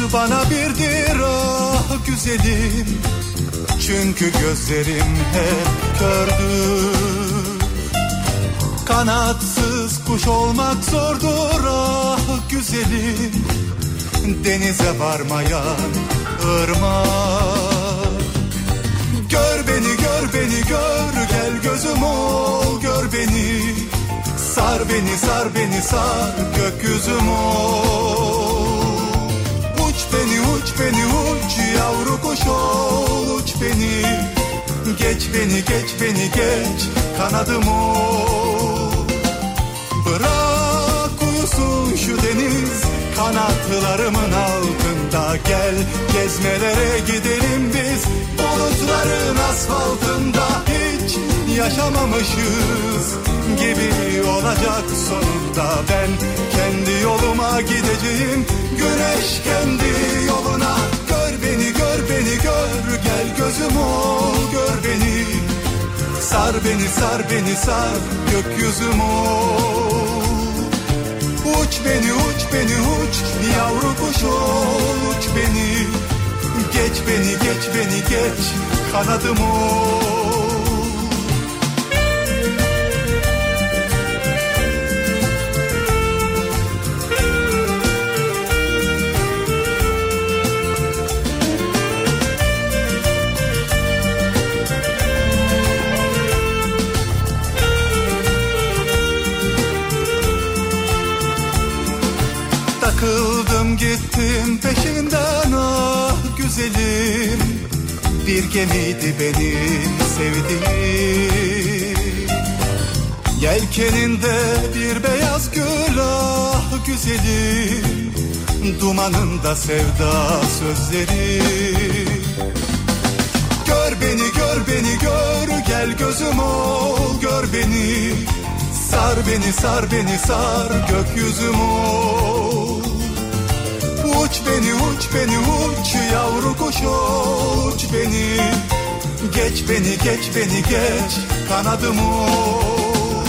bana birdir ah güzelim, çünkü gözlerim hep kördür. Kanatsız kuş olmak zordur ah güzelim, denize varmayan ırmak. Gör beni, gör beni, gör, gel gözüm ol, gör beni. Sar beni, sar beni, sar gökyüzüm ol. Uç beni, uç beni, uç yavru kuş ol, uç beni. Geç beni, geç beni, geç kanadım ol. Bırak uyusun şu deniz kanatlarımın altında. Gel gezmelere gidelim biz bulutların asfaltında. Hiç yaşamamışız gibi olacak sonunda. Ben kendi yoluma gideceğim, güneş kendi yoluna. Gör beni, gör beni, gör, gel gözüm ol, gör beni. Sar beni, sar beni, sar gökyüzüm ol. Uç beni, uç beni, uç yavru kuş ol, uç beni. Geç beni, geç beni, geç kanadım ol. Takıldım gittim peşinden ah güzelim, bir gemiydi benim sevdiğim. Yelkeninde bir beyaz gül ah güzelim, dumanında sevda sözleri. Gör beni, gör beni, gör, gel gözüm ol, gör beni. Sar beni, sar beni, sar gökyüzüm ol. Uç beni, uç beni, uç yavru kuş uç beni. Geç beni, geç beni, geç kanadım ol.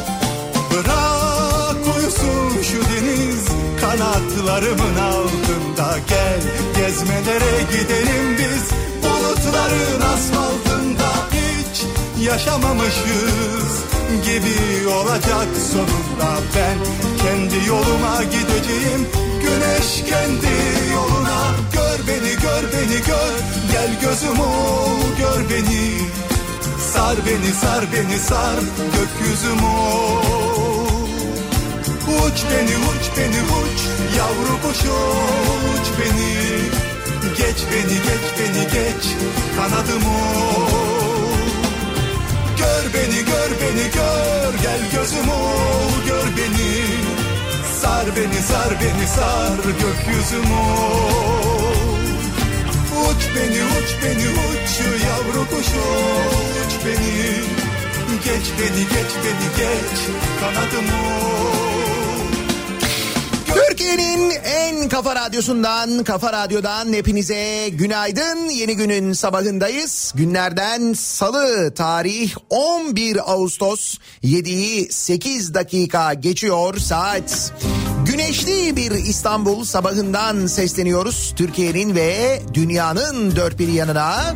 Bırak uyusun şu deniz kanatlarımın altında. Gel gezmelere gidelim biz bulutların asfaltında. Hiç yaşamamışız gibi olacak sonunda. Ben kendi yoluma gideceğim, güneş kendi yoluna. Gör beni, gör beni, gör, gel gözüm ol, gör beni. Sar beni, sar beni, sar gökyüzüm ol. Uç beni, uç beni, uç yavru kuş uç beni. Geç beni, geç beni, geç kanadım ol. Gör beni, gör beni, gör, gel gözüm ol, gör beni. Sar beni, sar beni, sar gökyüzüm ol. Uç beni, uç beni, uç yavru kuş uç beni. Geç beni, geç beni, geç kanadım ol. Türkiye'nin en kafa radyosundan, Kafa Radyo'dan hepinize günaydın. Yeni günün sabahındayız. Günlerden salı, tarih 11 Ağustos, 7'yi 8 dakika geçiyor saat. Güneşli bir İstanbul sabahından sesleniyoruz. Türkiye'nin ve dünyanın dört bir yanına.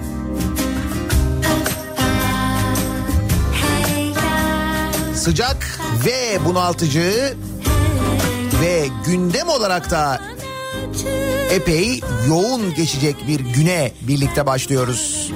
Sıcak ve bunaltıcı ve gündem olarak da epey yoğun geçecek bir güne birlikte başlıyoruz.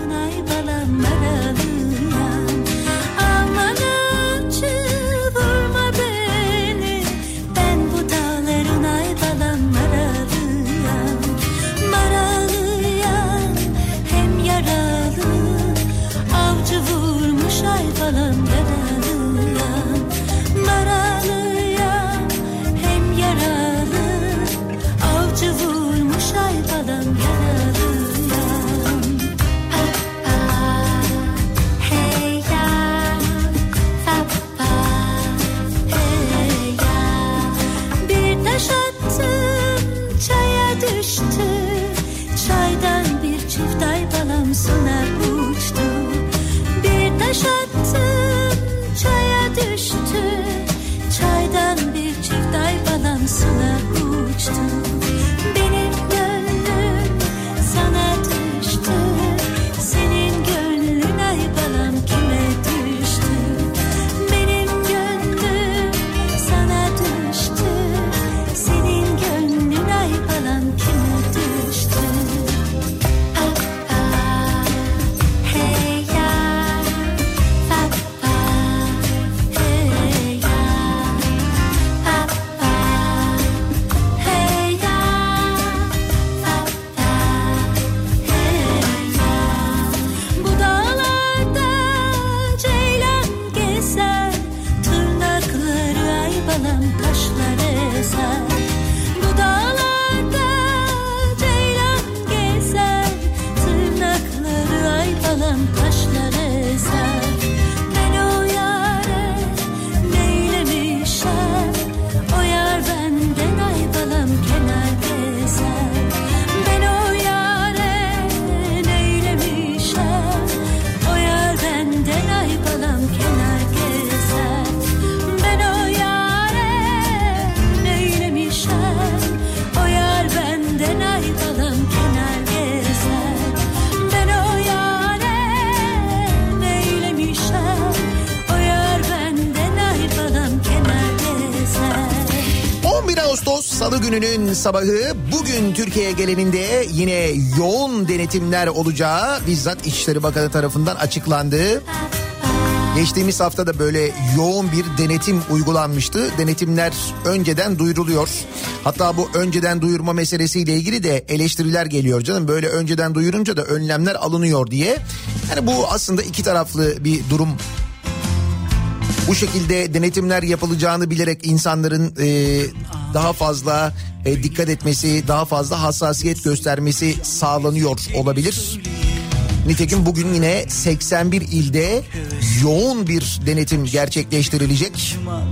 Salı gününün sabahı, bugün Türkiye genelinde yine yoğun denetimler olacağı bizzat İçişleri Bakanı tarafından açıklandı. Geçtiğimiz hafta da böyle yoğun bir denetim uygulanmıştı. Denetimler önceden duyuruluyor. Hatta bu önceden duyurma meselesiyle ilgili de eleştiriler geliyor canım. Böyle önceden duyurunca da önlemler alınıyor diye. Yani bu aslında iki taraflı bir durum. Bu şekilde denetimler yapılacağını bilerek insanların daha fazla dikkat etmesi, daha fazla hassasiyet göstermesi sağlanıyor olabilir. Nitekim bugün yine 81 ilde yoğun bir denetim gerçekleştirilecek.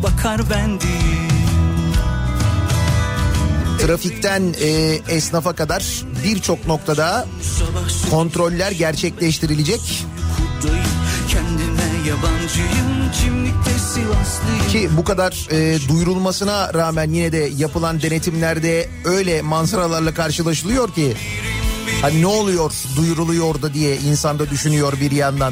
Trafikten esnafa kadar birçok noktada kontroller gerçekleştirilecek. Ki bu kadar duyurulmasına rağmen yine de yapılan denetimlerde öyle manzaralarla karşılaşılıyor ki hani ne oluyor duyuruluyor da diye insan da düşünüyor bir yandan.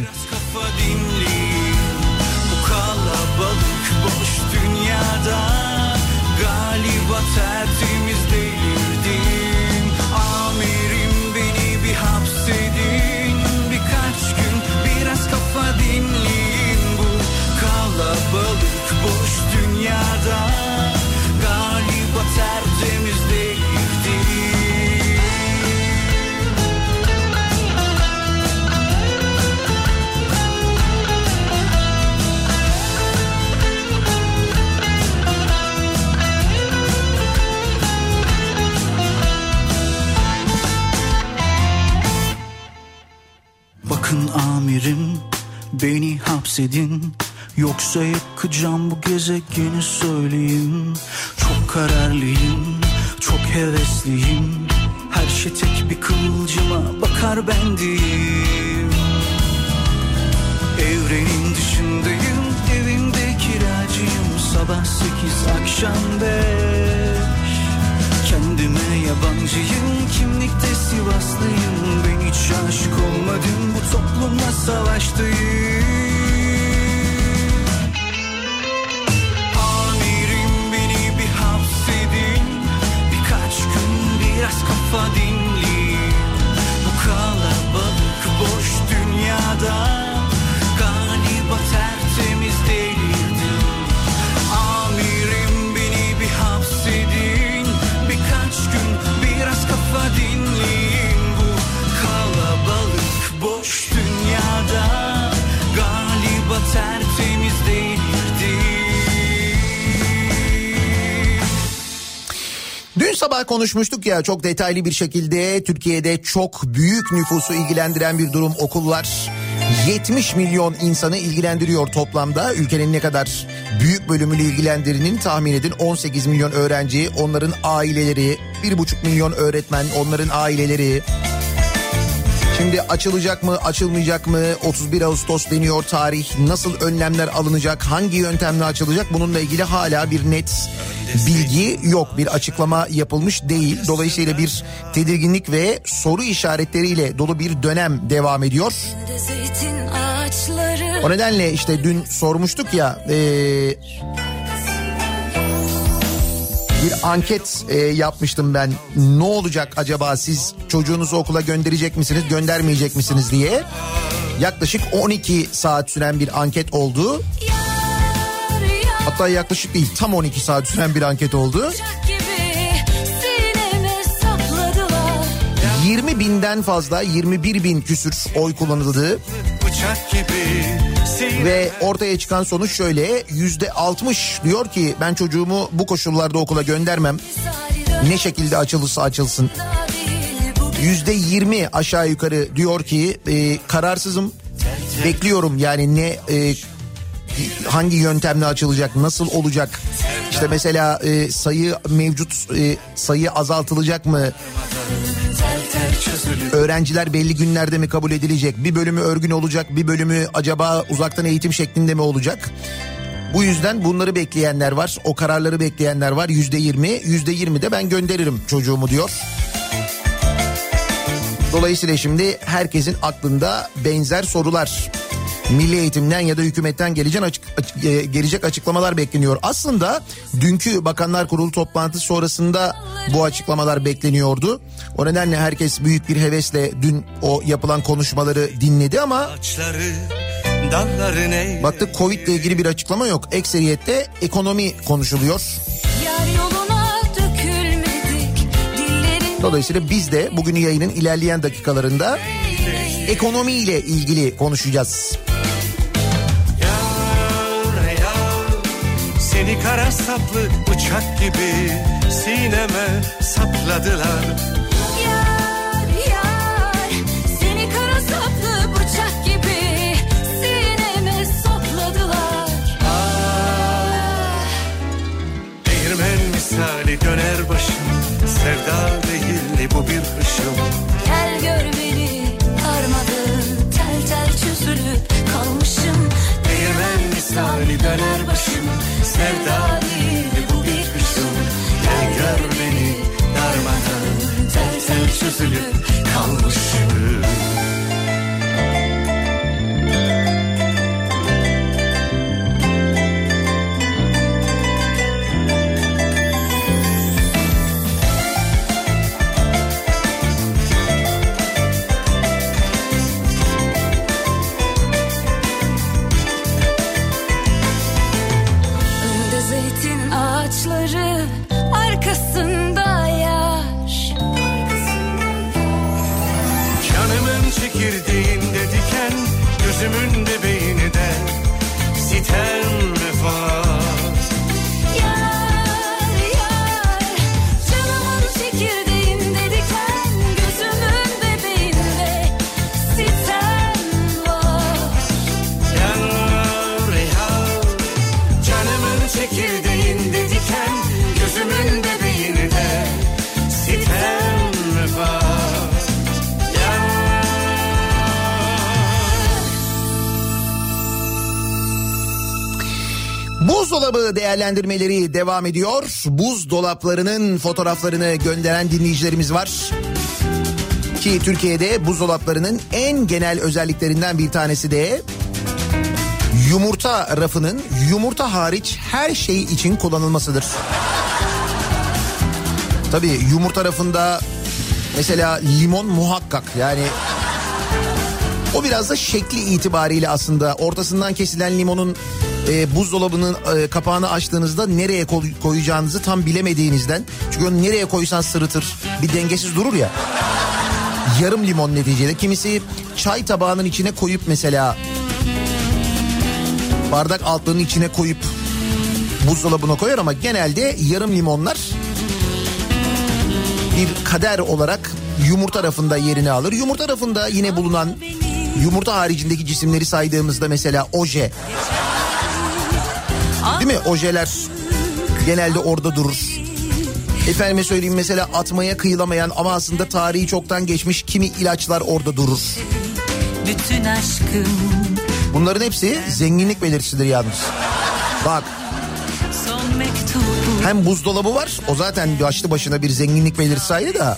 Bu kalabalık boş dünyada galiba tertemiz değildim. Amirim beni bir hapsedin, birkaç gün biraz kafa dinleyin. Bu kalabalık boş dünyada galiba tertemiz değildim. Bakın amirim, beni hapsedin, yoksa yakacağım bu gezegeni söyleyeyim. Çok kararlıyım, çok hevesliyim, her şey tek bir kıvılcıma bakar bendiyim. Evrenin dışındayım, evimde kiracıyım, sabah 8 akşam 5. Kendime yabancıyım, kimlikte Sivaslıyım. Ben hiç aşık olmadım, bu toplumla savaştayım. Amirim beni bir hapsedin, birkaç gün biraz kafa dinleyin. Bu kalabalık boş dünyada galiba tertemiz değildim. Amirim beni bir hapsedin, birkaç gün biraz kafa dinleyin. Bu kalabalık boş dünyada galiba tertemiz değildi. Dün sabah konuşmuştuk ya çok detaylı bir şekilde, Türkiye'de çok büyük nüfusu ilgilendiren bir durum okullar. 70 milyon insanı ilgilendiriyor toplamda. Ülkenin ne kadar büyük bölümünü ilgilendirdiğini tahmin edin. 18 milyon öğrenci, onların aileleri, 1,5 milyon öğretmen, onların aileleri. Şimdi açılacak mı, açılmayacak mı? 31 Ağustos deniyor tarih. Nasıl önlemler alınacak? Hangi yöntemle açılacak? Bununla ilgili hala bir net bilgi yok. Bir açıklama yapılmış değil. Dolayısıyla bir tedirginlik ve soru işaretleriyle dolu bir dönem devam ediyor. O nedenle işte dün sormuştuk ya, bir anket yapmıştım ben. Ne olacak acaba, siz çocuğunuzu okula gönderecek misiniz, göndermeyecek misiniz diye. Yaklaşık 12 saat süren bir anket oldu. Hatta yaklaşık değil, tam 12 saat süren bir anket oldu. 20 binden fazla, 21 bin küsür oy kullanıldı. Ve ortaya çıkan sonuç şöyle: %60 diyor ki ben çocuğumu bu koşullarda okula göndermem. Ne şekilde açılırsa açılsın. %20 aşağı yukarı diyor ki kararsızım, bekliyorum yani ne hangi yöntemle açılacak, nasıl olacak? İşte mesela sayı mevcut, sayı azaltılacak mı? Öğrenciler belli günlerde mi kabul edilecek? Bir bölümü örgün olacak, bir bölümü acaba uzaktan eğitim şeklinde mi olacak? Bu yüzden bunları bekleyenler var, o kararları bekleyenler var. %20 de ben gönderirim çocuğumu diyor. Dolayısıyla şimdi herkesin aklında benzer sorular. Milli Eğitim'den ya da hükümetten gelecek açıklamalar bekleniyor. Aslında dünkü Bakanlar Kurulu toplantısı sonrasında bu açıklamalar bekleniyordu. O nedenle herkes büyük bir hevesle dün o yapılan konuşmaları dinledi ama baktık Covid ile ilgili bir açıklama yok. Ekseriyette ekonomi konuşuluyor. Dolayısıyla biz de bugün yayının ilerleyen dakikalarında ekonomiyle ilgili konuşacağız. Seni kara saplı bıçak gibi sineme sapladılar. Yar yar seni kara saplı bıçak gibi sineme sapladılar. Değirmen misali döner başım, sevda değil bu bir hışım. Gel gör beni darmadağın, tel tel çözülüp kalmışım. Değirmen misali döner başım, sevda değil bu bir hışım. Gel gör beni darmadağın, tel tel çözülüp kalmışım. Arkasında yaş. Canımın çekirdeğinde diken, gözümün bebeğini de sitem vefat. Yar yar canımın çekirdeğinde diken, gözümün bebeğinde sitem var. Yar yar canımın çekirdeğinde diken, gözümün bebeğini de sitem var. Buzdolabı değerlendirmeleri devam ediyor. Buzdolaplarının fotoğraflarını gönderen dinleyicilerimiz var. Ki Türkiye'de buzdolaplarının en genel özelliklerinden bir tanesi de yumurta rafının yumurta hariç her şey için kullanılmasıdır. Tabii yumurta rafında mesela limon muhakkak, yani o biraz da şekli itibariyle aslında ortasından kesilen limonun buzdolabının kapağını açtığınızda nereye koyacağınızı tam bilemediğinizden, çünkü onu nereye koysan sırıtır, bir dengesiz durur ya. Yarım limon neticede. Kimisi çay tabağının içine koyup mesela bardak altlığının içine koyup buzdolabına koyar ama genelde yarım limonlar bir kader olarak yumurta rafında yerini alır. Yumurta rafında yine bulunan yumurta haricindeki cisimleri saydığımızda mesela oje. Değil mi? Ojeler genelde orada durur. Efendime söyleyeyim, mesela atmaya kıyılamayan ama aslında tarihi çoktan geçmiş kimi ilaçlar orada durur. Bütün aşkım. Bunların hepsi zenginlik belirtisidir yalnız. Bak. Hem buzdolabı var, o zaten başlı başına bir zenginlik belirtisi ayrı da.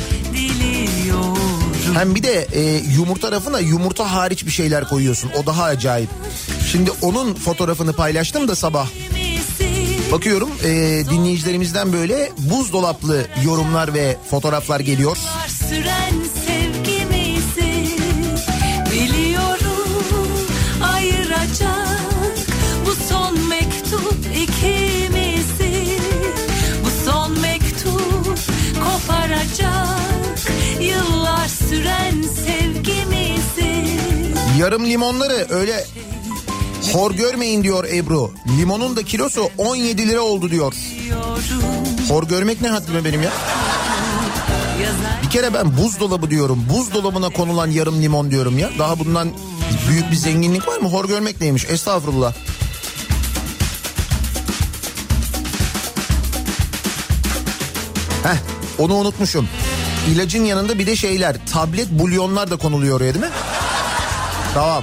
Hem bir de yumurta rafına yumurta hariç bir şeyler koyuyorsun. O daha acayip. Şimdi onun fotoğrafını paylaştım da sabah. Bakıyorum dinleyicilerimizden böyle buzdolaplı yorumlar ve fotoğraflar geliyor. Süren sevgimizi biliyorum ayıracak bu son mektup ikimizi, bu son mektup koparacak yıllar süren sevgimizi. Yarım limonları öyle hor görmeyin diyor Ebru. Limonun da kilosu 17 lira oldu diyor. Hor görmek ne haddime benim ya? Bir kere ben buzdolabı diyorum. Buzdolabına konulan yarım limon diyorum ya. Daha bundan büyük bir zenginlik var mı? Hor görmek neymiş? Estağfurullah. Heh, onu unutmuşum. İlacın yanında bir de şeyler, tablet bulyonlar da konuluyor oraya, değil mi? Tamam.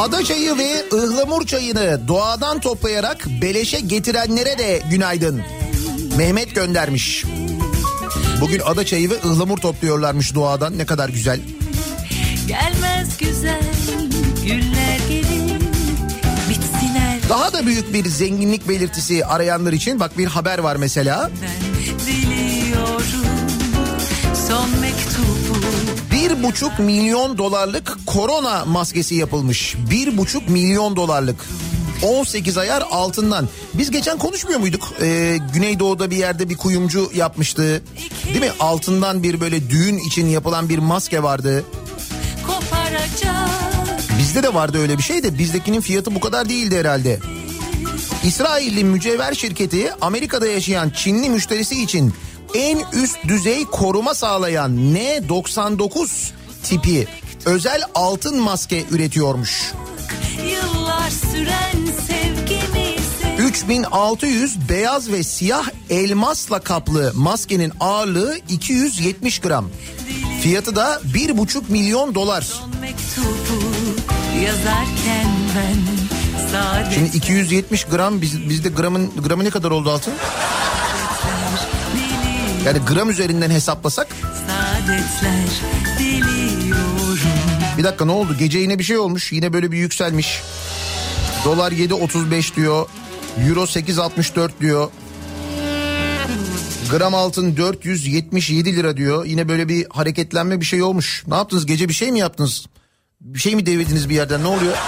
Adaçayı ve ıhlamur çayını doğadan toplayarak beleşe getirenlere de günaydın. Mehmet göndermiş. Bugün adaçayı ve ıhlamur topluyorlarmış doğadan, ne kadar güzel. Gelmez güzel günler gelir, bitsin her. Daha da büyük bir zenginlik belirtisi arayanlar için bak bir haber var mesela. Ben diliyorum son mektubu. 1,5 milyon dolarlık korona maskesi yapılmış. 1,5 milyon dolarlık. 18 ayar altından. Biz geçen konuşmuyor muyduk? Güneydoğu'da bir yerde bir kuyumcu yapmıştı. Değil mi? Altından bir böyle düğün için yapılan bir maske vardı. Koparacak. Bizde de vardı öyle bir şey de bizdekinin fiyatı bu kadar değildi herhalde. İsrailli mücevher şirketi Amerika'da yaşayan Çinli müşterisi için en üst düzey koruma sağlayan N99 tipi özel altın maske üretiyormuş. Yıllar süren sevgimizi. 3600 beyaz ve siyah elmasla kaplı maskenin ağırlığı 270 gram. Fiyatı da 1,5 milyon dolar. Son mektubu yazarken ben sadece. Şimdi 270 gram bizde gramı ne kadar oldu altın? Yani gram üzerinden hesaplasak. Saadetler diliyorum. Bir dakika, ne oldu? Gece yine bir şey olmuş. Yine böyle bir yükselmiş. Dolar 7.35 diyor. Euro 8.64 diyor. Gram altın 477 lira diyor. Yine böyle bir hareketlenme bir şey olmuş. Ne yaptınız? Gece bir şey mi yaptınız? Bir şey mi devirdiniz bir yerden? Ne oluyor?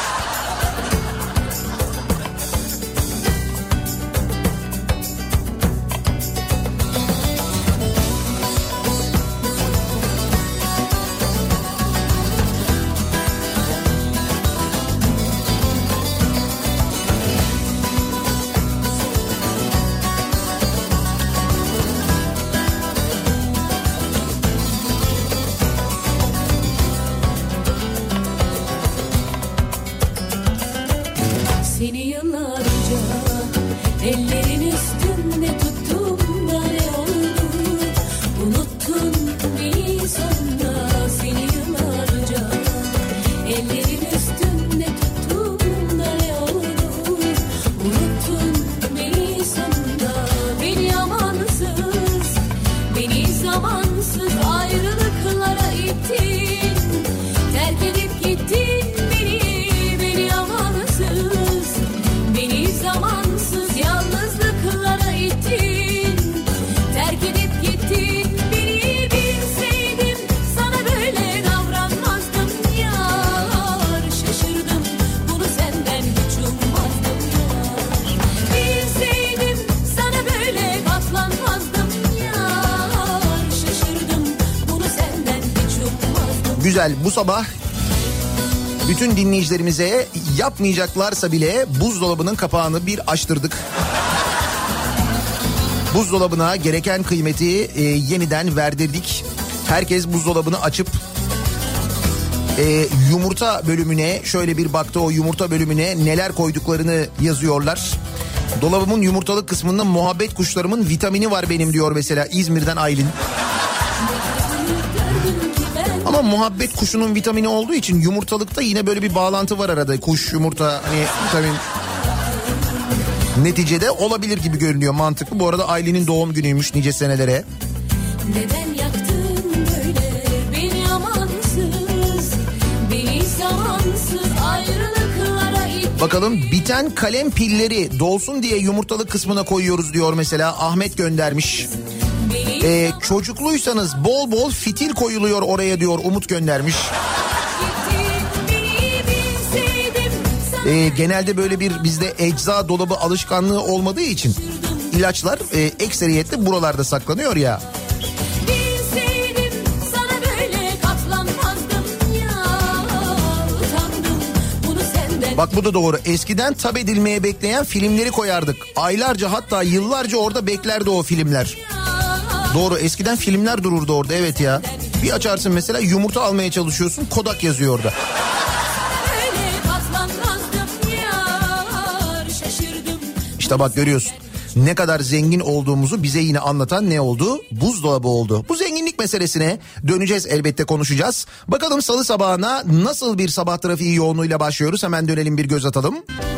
Güzel, bu sabah bütün dinleyicilerimize yapmayacaklarsa bile buzdolabının kapağını bir açtırdık. Buzdolabına gereken kıymeti yeniden verdirdik. Herkes buzdolabını açıp yumurta bölümüne şöyle bir baktı, o yumurta bölümüne neler koyduklarını yazıyorlar. Dolabımın yumurtalık kısmında muhabbet kuşlarımın vitamini var benim diyor mesela İzmir'den Aylin. Ama muhabbet kuşunun vitamini olduğu için yumurtalıkta yine böyle bir bağlantı var arada. Kuş, yumurta, hani vitamin neticede olabilir gibi görünüyor, mantıklı. Bu arada Aylin'in doğum günüymüş, nice senelere. Neden yaktın böyle beni amansız, beni zamansız ayrılıklara it. Bakalım, biten kalem pilleri dolsun diye yumurtalık kısmına koyuyoruz diyor mesela, Ahmet göndermiş. Çocukluysanız bol bol fitil koyuluyor oraya diyor, Umut göndermiş. Genelde böyle bir bizde ecza dolabı alışkanlığı olmadığı için ilaçlar ekseriyetle buralarda saklanıyor ya. Bak bu da doğru. Eskiden tab edilmeye bekleyen filmleri koyardık. Aylarca, hatta yıllarca orada beklerdi o filmler. Doğru, eskiden filmler dururdu orada, evet ya. Bir açarsın mesela, yumurta almaya çalışıyorsun, Kodak yazıyor orada. İşte bak, görüyorsun. Ne kadar zengin olduğumuzu bize yine anlatan ne oldu? Buzdolabı oldu. Bu zenginlik trafik meselesine döneceğiz, elbette konuşacağız. Bakalım salı sabahına nasıl bir sabah trafiği yoğunluğuyla başlıyoruz, hemen dönelim bir göz atalım.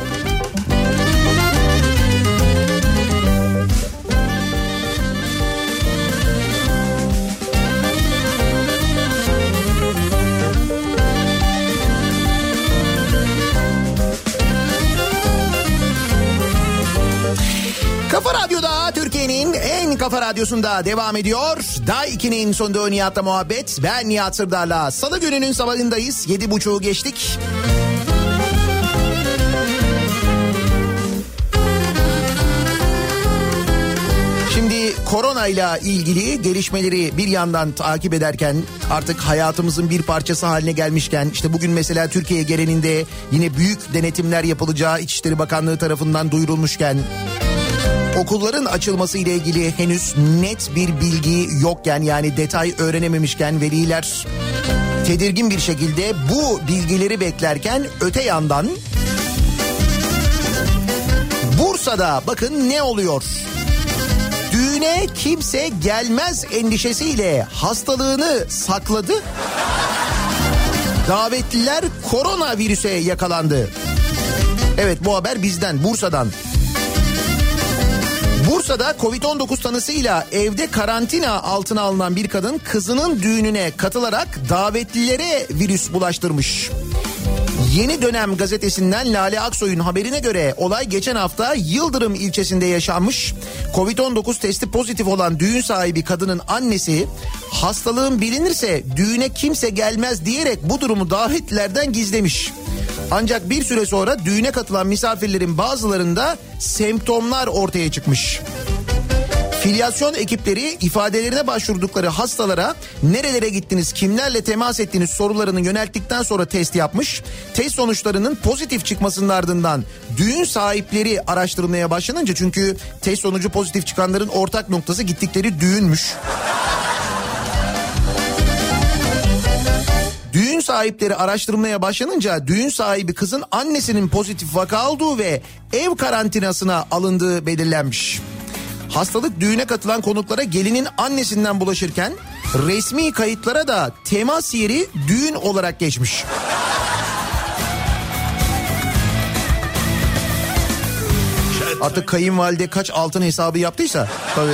Kafa Radyo'da, Türkiye'nin en kafa radyosunda devam ediyor. Day 2'nin sonunda Nihat'la muhabbet. Ben Nihat Sırdar'la salı gününün sabahındayız. 7.30'u geçtik. Şimdi korona ile ilgili gelişmeleri bir yandan takip ederken, artık hayatımızın bir parçası haline gelmişken, işte bugün mesela Türkiye genelinde yine büyük denetimler yapılacağı İçişleri Bakanlığı tarafından duyurulmuşken, okulların açılması ile ilgili henüz net bir bilgi yokken, yani detay öğrenememişken veliler tedirgin bir şekilde bu bilgileri beklerken, öte yandan Bursa'da bakın ne oluyor? Düğüne kimse gelmez endişesiyle hastalığını sakladı. Davetliler koronavirüse yakalandı. Evet, bu haber bizden, Bursa'dan. Bursa'da Covid-19 tanısıyla evde karantina altına alınan bir kadın kızının düğününe katılarak davetlilere virüs bulaştırmış. Yeni Dönem gazetesinden Lale Aksoy'un haberine göre olay geçen hafta Yıldırım ilçesinde yaşanmış. Covid-19 testi pozitif olan düğün sahibi kadının annesi hastalığın bilinirse düğüne kimse gelmez diyerek bu durumu davetlilerden gizlemiş. Ancak bir süre sonra düğüne katılan misafirlerin bazılarında semptomlar ortaya çıkmış. Filyasyon ekipleri ifadelerine başvurdukları hastalara nerelere gittiniz, kimlerle temas ettiniz sorularını yönelttikten sonra test yapmış. Test sonuçlarının pozitif çıkmasının ardından düğün sahipleri araştırmaya başlanınca, çünkü test sonucu pozitif çıkanların ortak noktası gittikleri düğünmüş. Düğün sahipleri araştırmaya başlanınca düğün sahibi kızın annesinin pozitif vaka olduğu ve ev karantinasına alındığı belirlenmiş. Hastalık düğüne katılan konuklara gelinin annesinden bulaşırken resmi kayıtlara da temas yeri düğün olarak geçmiş. Artık kayınvalide kaç altın hesabı yaptıysa tabii.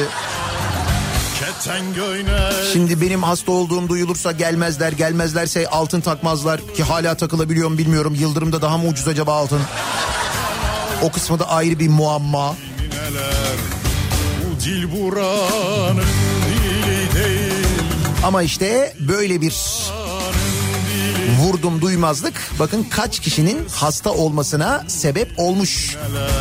Şimdi benim hasta olduğum duyulursa gelmezler, gelmezlerse altın takmazlar ki hala takılabiliyor mu bilmiyorum. Yıldırım'da daha mı ucuz acaba altın? O kısmı da ayrı bir muamma. Ama işte böyle bir vurdum duymazlık bakın kaç kişinin hasta olmasına sebep olmuş.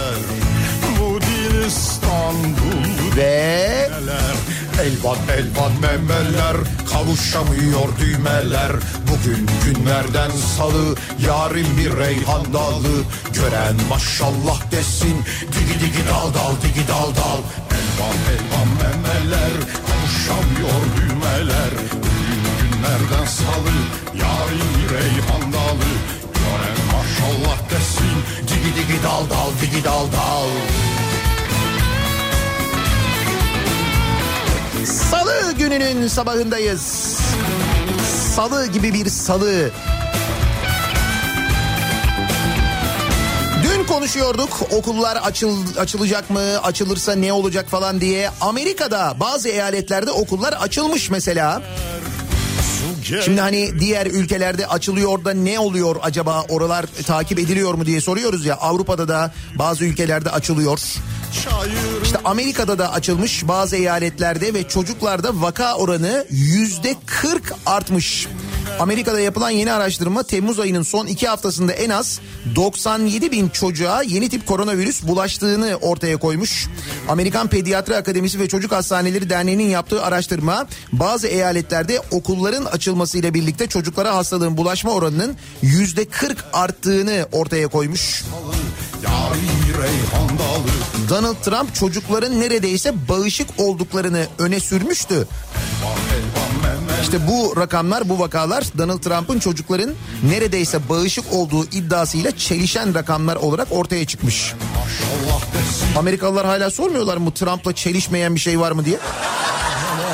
Ve elvan elvan memeler, kavuşamıyor düğmeler. Bugün günlerden salı, yarın bir reyhan dalı. Gören maşallah desin, digi digi dal dal digi dal dal. Elvan elvan memeler, kavuşamıyor düğmeler. Bugün günlerden salı, yarın bir reyhan dalı. Gören maşallah desin, digi digi dal dal digi dal dal. Salı gününün sabahındayız. Salı gibi bir salı. Dün konuşuyorduk okullar açılacak mı, açılırsa ne olacak falan diye. Amerika'da bazı eyaletlerde okullar açılmış mesela. Şimdi hani diğer ülkelerde açılıyor da ne oluyor acaba, oralar takip ediliyor mu diye soruyoruz ya. Avrupa'da da bazı ülkelerde açılıyor. İşte Amerika'da da açılmış bazı eyaletlerde ve çocuklarda vaka oranı %40 artmış. Amerika'da yapılan yeni araştırma Temmuz ayının son 2 haftasında en az 97 bin çocuğa yeni tip koronavirüs bulaştığını ortaya koymuş. Amerikan Pediatri Akademisi ve Çocuk Hastaneleri Derneği'nin yaptığı araştırma bazı eyaletlerde okulların açılmasıyla birlikte çocuklara hastalığın bulaşma oranının %40 arttığını ortaya koymuş. Donald Trump çocukların neredeyse bağışık olduklarını öne sürmüştü. İşte bu rakamlar, bu vakalar Donald Trump'ın çocukların neredeyse bağışık olduğu iddiasıyla çelişen rakamlar olarak ortaya çıkmış. Amerikalılar hala sormuyorlar mı Trump'la çelişmeyen bir şey var mı diye?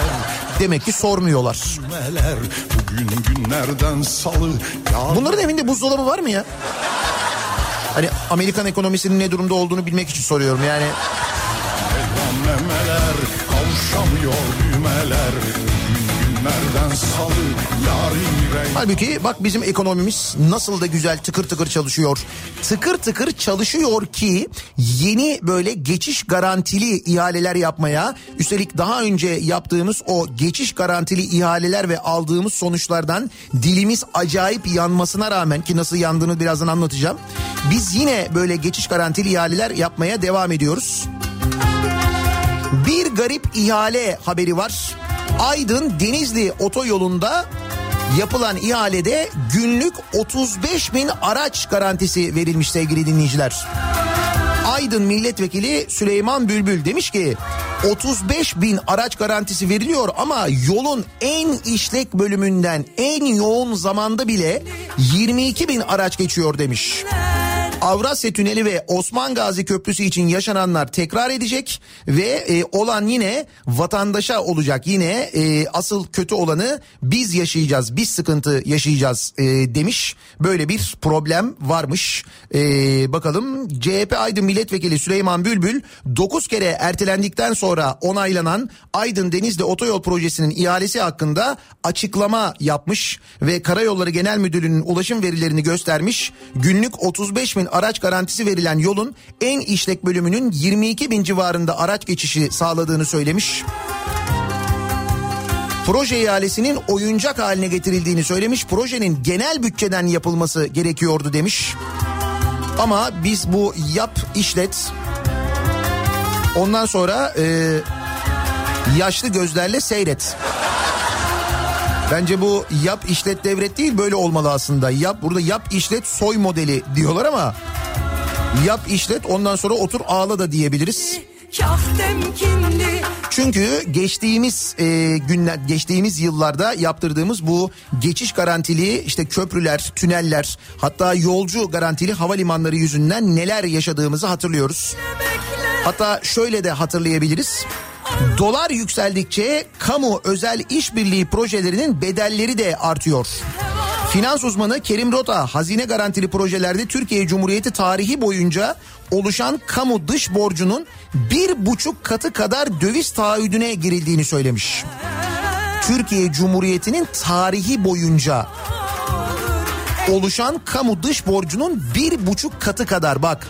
Demek ki sormuyorlar. Bugün günlerden salı. Bunların evinde buzdolabı var mı ya? Hani Amerikan ekonomisinin ne durumda olduğunu bilmek için soruyorum yani. Memeler kavuşamıyor düğmeler. Günlerden salı yarın. Halbuki bak bizim ekonomimiz nasıl da güzel tıkır tıkır çalışıyor. Tıkır tıkır çalışıyor ki yeni böyle geçiş garantili ihaleler yapmaya, üstelik daha önce yaptığımız o geçiş garantili ihaleler ve aldığımız sonuçlardan dilimiz acayip yanmasına rağmen, ki nasıl yandığını birazdan anlatacağım. Biz yine böyle geçiş garantili ihaleler yapmaya devam ediyoruz. Bir garip ihale haberi var. Aydın Denizli otoyolunda yapılan ihalede günlük 35.000 araç garantisi verilmiş sevgili dinleyiciler. Aydın Milletvekili Süleyman Bülbül demiş ki 35.000 araç garantisi veriliyor ama yolun en işlek bölümünden en yoğun zamanda bile 22.000 araç geçiyor demiş. Avrasya Tüneli ve Osman Gazi Köprüsü için yaşananlar tekrar edecek ve olan yine vatandaşa olacak. Yine asıl kötü olanı biz yaşayacağız, biz sıkıntı yaşayacağız demiş. Böyle bir problem varmış. Bakalım, CHP Aydın Milletvekili Süleyman Bülbül 9 kere ertelendikten sonra onaylanan Aydın Denizli Otoyol Projesi'nin ihalesi hakkında açıklama yapmış ve Karayolları Genel Müdürlüğü'nün ulaşım verilerini göstermiş. Günlük 35.000 araç garantisi verilen yolun en işlek bölümünün 22.000 civarında araç geçişi sağladığını söylemiş. Proje ihalesinin oyuncak haline getirildiğini söylemiş. Projenin genel bütçeden yapılması gerekiyordu demiş. Ama biz bu yap işlet, ondan sonra yaşlı gözlerle seyret. Bence bu yap işlet devret değil, böyle olmalı aslında. Burada yap işlet soy modeli diyorlar ama yap işlet ondan sonra otur ağla da diyebiliriz. Çünkü geçtiğimiz geçtiğimiz yıllarda yaptırdığımız bu geçiş garantili işte köprüler, tüneller, hatta yolcu garantili havalimanları yüzünden neler yaşadığımızı hatırlıyoruz. Hatta şöyle de hatırlayabiliriz. Dolar yükseldikçe kamu özel işbirliği projelerinin bedelleri de artıyor. Finans uzmanı Kerim Rota, hazine garantili projelerde Türkiye Cumhuriyeti tarihi boyunca oluşan kamu dış borcunun 1,5 katı kadar döviz taahhüdüne girildiğini söylemiş. Türkiye Cumhuriyeti'nin tarihi boyunca oluşan kamu dış borcunun 1,5 katı kadar, bak.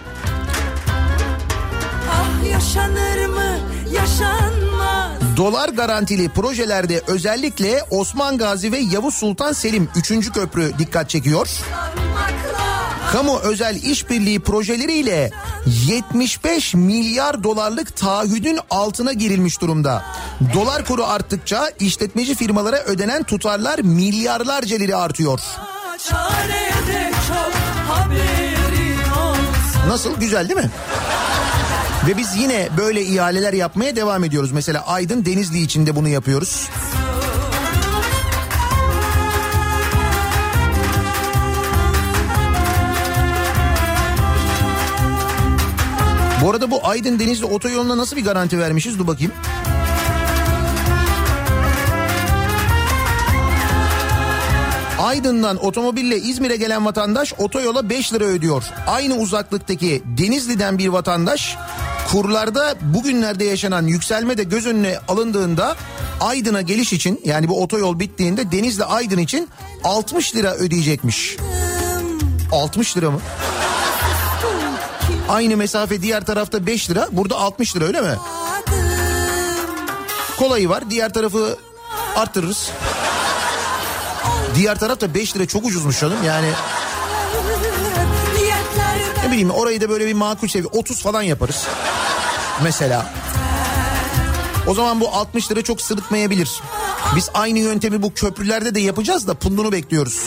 Ah, yaşanır mı? Yaşanmaz. Dolar garantili projelerde özellikle Osman Gazi ve Yavuz Sultan Selim 3. köprü dikkat çekiyor. Kamu özel işbirliği projeleriyle 75 milyar dolarlık taahhüdün altına girilmiş durumda. Dolar kuru arttıkça işletmeci firmalara ödenen tutarlar milyarlarca lira artıyor. Nasıl, güzel değil mi? Ve biz yine böyle ihaleler yapmaya devam ediyoruz. Mesela Aydın Denizli için de bunu yapıyoruz. Bu arada bu Aydın Denizli otoyoluna nasıl bir garanti vermişiz? Dur bakayım. Aydın'dan otomobille İzmir'e gelen vatandaş otoyola 5 lira ödüyor. Aynı uzaklıktaki Denizli'den bir vatandaş kurlarda bugünlerde yaşanan yükselme de göz önüne alındığında Aydın'a geliş için, yani bu otoyol bittiğinde Denizli Aydın için 60 lira ödeyecekmiş. 60 lira mı? Aynı mesafe diğer tarafta 5 lira, burada 60 lira, öyle mi? Kolayı var, diğer tarafı arttırırız. Diğer tarafta 5 lira çok ucuzmuş canım yani. Ne bileyim, orayı da böyle bir makul seviye 30 falan yaparız. Mesela. O zaman bu 60 lira çok sırıtmayabilir. Biz aynı yöntemi bu köprülerde de yapacağız da pundunu bekliyoruz.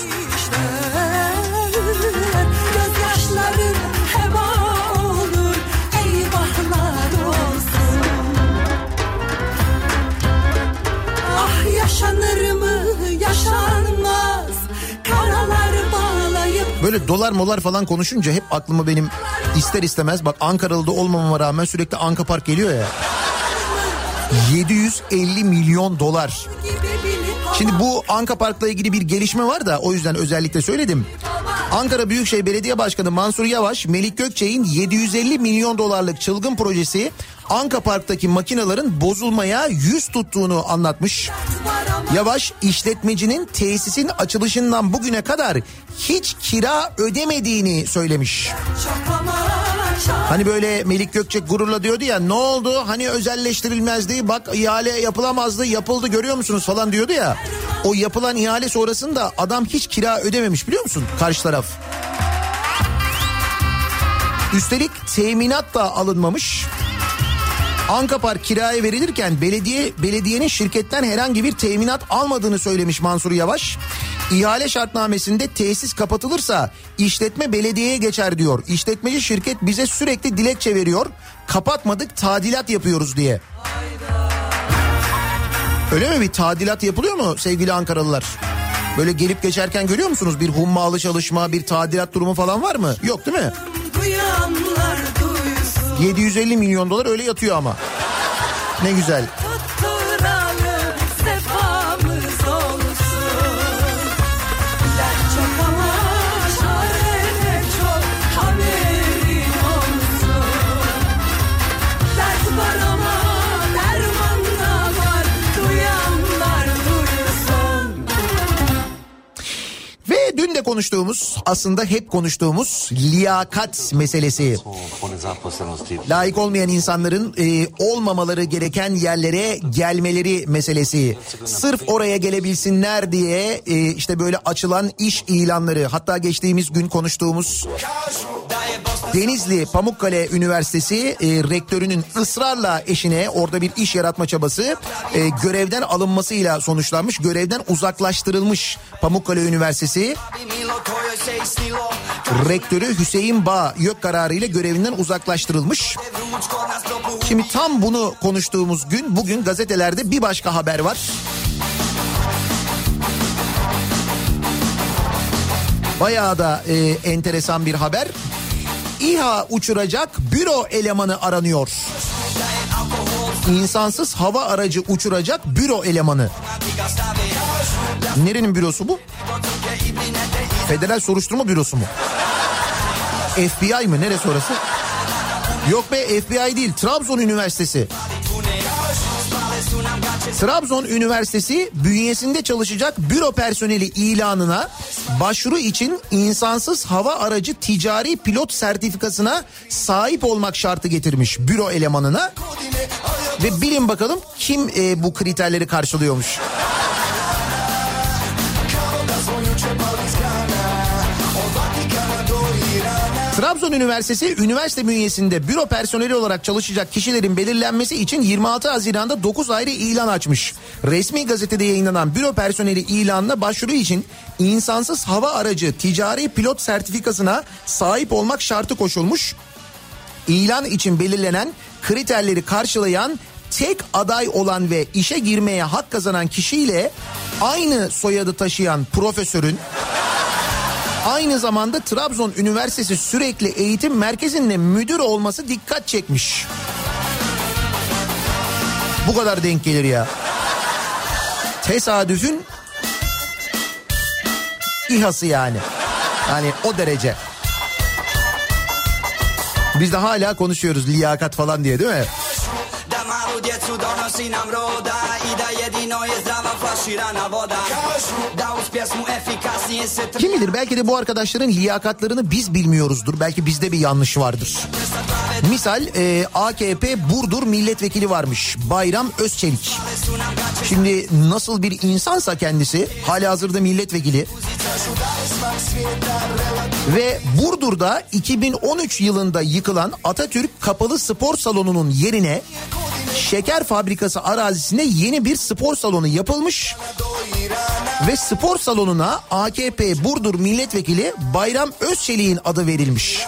Böyle dolar molar falan konuşunca hep aklıma benim ister istemez, bak Ankaralı'da olmamama rağmen sürekli Anka Park geliyor ya. 750 milyon dolar. Şimdi bu Anka Park'la ilgili bir gelişme var da o yüzden özellikle söyledim. Ankara Büyükşehir Belediye Başkanı Mansur Yavaş, Melik Gökçek'in 750 milyon dolarlık çılgın projesi Anka Park'taki makinelerin bozulmaya yüz tuttuğunu anlatmış. Yavaş, işletmecinin tesisin açılışından bugüne kadar hiç kira ödemediğini söylemiş. Hani böyle Melik Gökçek gururla diyordu ya, ne oldu hani özelleştirilmezdi, bak ihale yapılamazdı, yapıldı görüyor musunuz falan diyordu ya. O yapılan ihale sonrasında adam hiç kira ödememiş, biliyor musun karşı taraf. Üstelik teminat da alınmamış. Anka Park kiraya verilirken belediyenin şirketten herhangi bir teminat almadığını söylemiş Mansur Yavaş. İhale şartnamesinde tesis kapatılırsa işletme belediyeye geçer diyor. İşletmeci şirket bize sürekli dilekçe veriyor. Kapatmadık, tadilat yapıyoruz diye. Öyle mi, bir tadilat yapılıyor mu sevgili Ankaralılar? Böyle gelip geçerken görüyor musunuz bir hummalı çalışma, bir tadilat durumu falan var mı? Yok değil mi? 750 milyon dolar öyle yatıyor ama. Ne güzel. Dün de konuştuğumuz, aslında hep konuştuğumuz liyakat meselesi. Layık olmayan insanların olmamaları gereken yerlere gelmeleri meselesi. Sırf oraya gelebilsinler diye işte böyle açılan iş ilanları. Hatta geçtiğimiz gün konuştuğumuz Denizli Pamukkale Üniversitesi rektörünün ısrarla eşine orada bir iş yaratma çabası görevden alınmasıyla sonuçlanmış. Görevden uzaklaştırılmış Pamukkale Üniversitesi. Rektörü Hüseyin Bağ YÖK kararıyla görevinden uzaklaştırılmış. Şimdi tam bunu konuştuğumuz gün, bugün gazetelerde bir başka haber var. Bayağı da enteresan bir haber. İHA uçuracak büro elemanı aranıyor. İnsansız hava aracı uçuracak büro elemanı. Nerenin bürosu bu? Federal Soruşturma Bürosu mu? FBI mi? Neresi orası? Yok be, FBI değil. Trabzon Üniversitesi. Trabzon Üniversitesi bünyesinde çalışacak büro personeli ilanına başvuru için insansız hava aracı ticari pilot sertifikasına sahip olmak şartı getirmiş büro elemanına. Ve bilin bakalım kim bu kriterleri karşılıyormuş. Trabzon Üniversitesi üniversite bünyesinde büro personeli olarak çalışacak kişilerin belirlenmesi için 26 Haziran'da 9 ayrı ilan açmış. Resmi gazetede yayınlanan büro personeli ilanına başvuru için insansız hava aracı ticari pilot sertifikasına sahip olmak şartı koşulmuş. İlan için belirlenen kriterleri karşılayan tek aday olan ve işe girmeye hak kazanan kişiyle aynı soyadı taşıyan profesörün aynı zamanda Trabzon Üniversitesi Sürekli Eğitim Merkezi'nde müdür olması dikkat çekmiş. Bu kadar denk gelir ya. Tesadüfün İHA'sı yani. Yani o derece. Biz de hala konuşuyoruz liyakat falan diye, değil mi? Kim bilir, belki de bu arkadaşların liyakatlarını biz bilmiyoruzdur. Belki bizde bir yanlış vardır. Misal AKP Burdur milletvekili varmış, Bayram Özçelik. Şimdi nasıl bir insansa kendisi, halihazırda milletvekili. Ve Burdur'da 2013 yılında yıkılan Atatürk Kapalı Spor Salonu'nun yerine şeker fabrikası arazisinde yeni bir spor salonu yapılmış. Ve spor salonuna AKP Burdur milletvekili Bayram Özçelik'in adı verilmiş.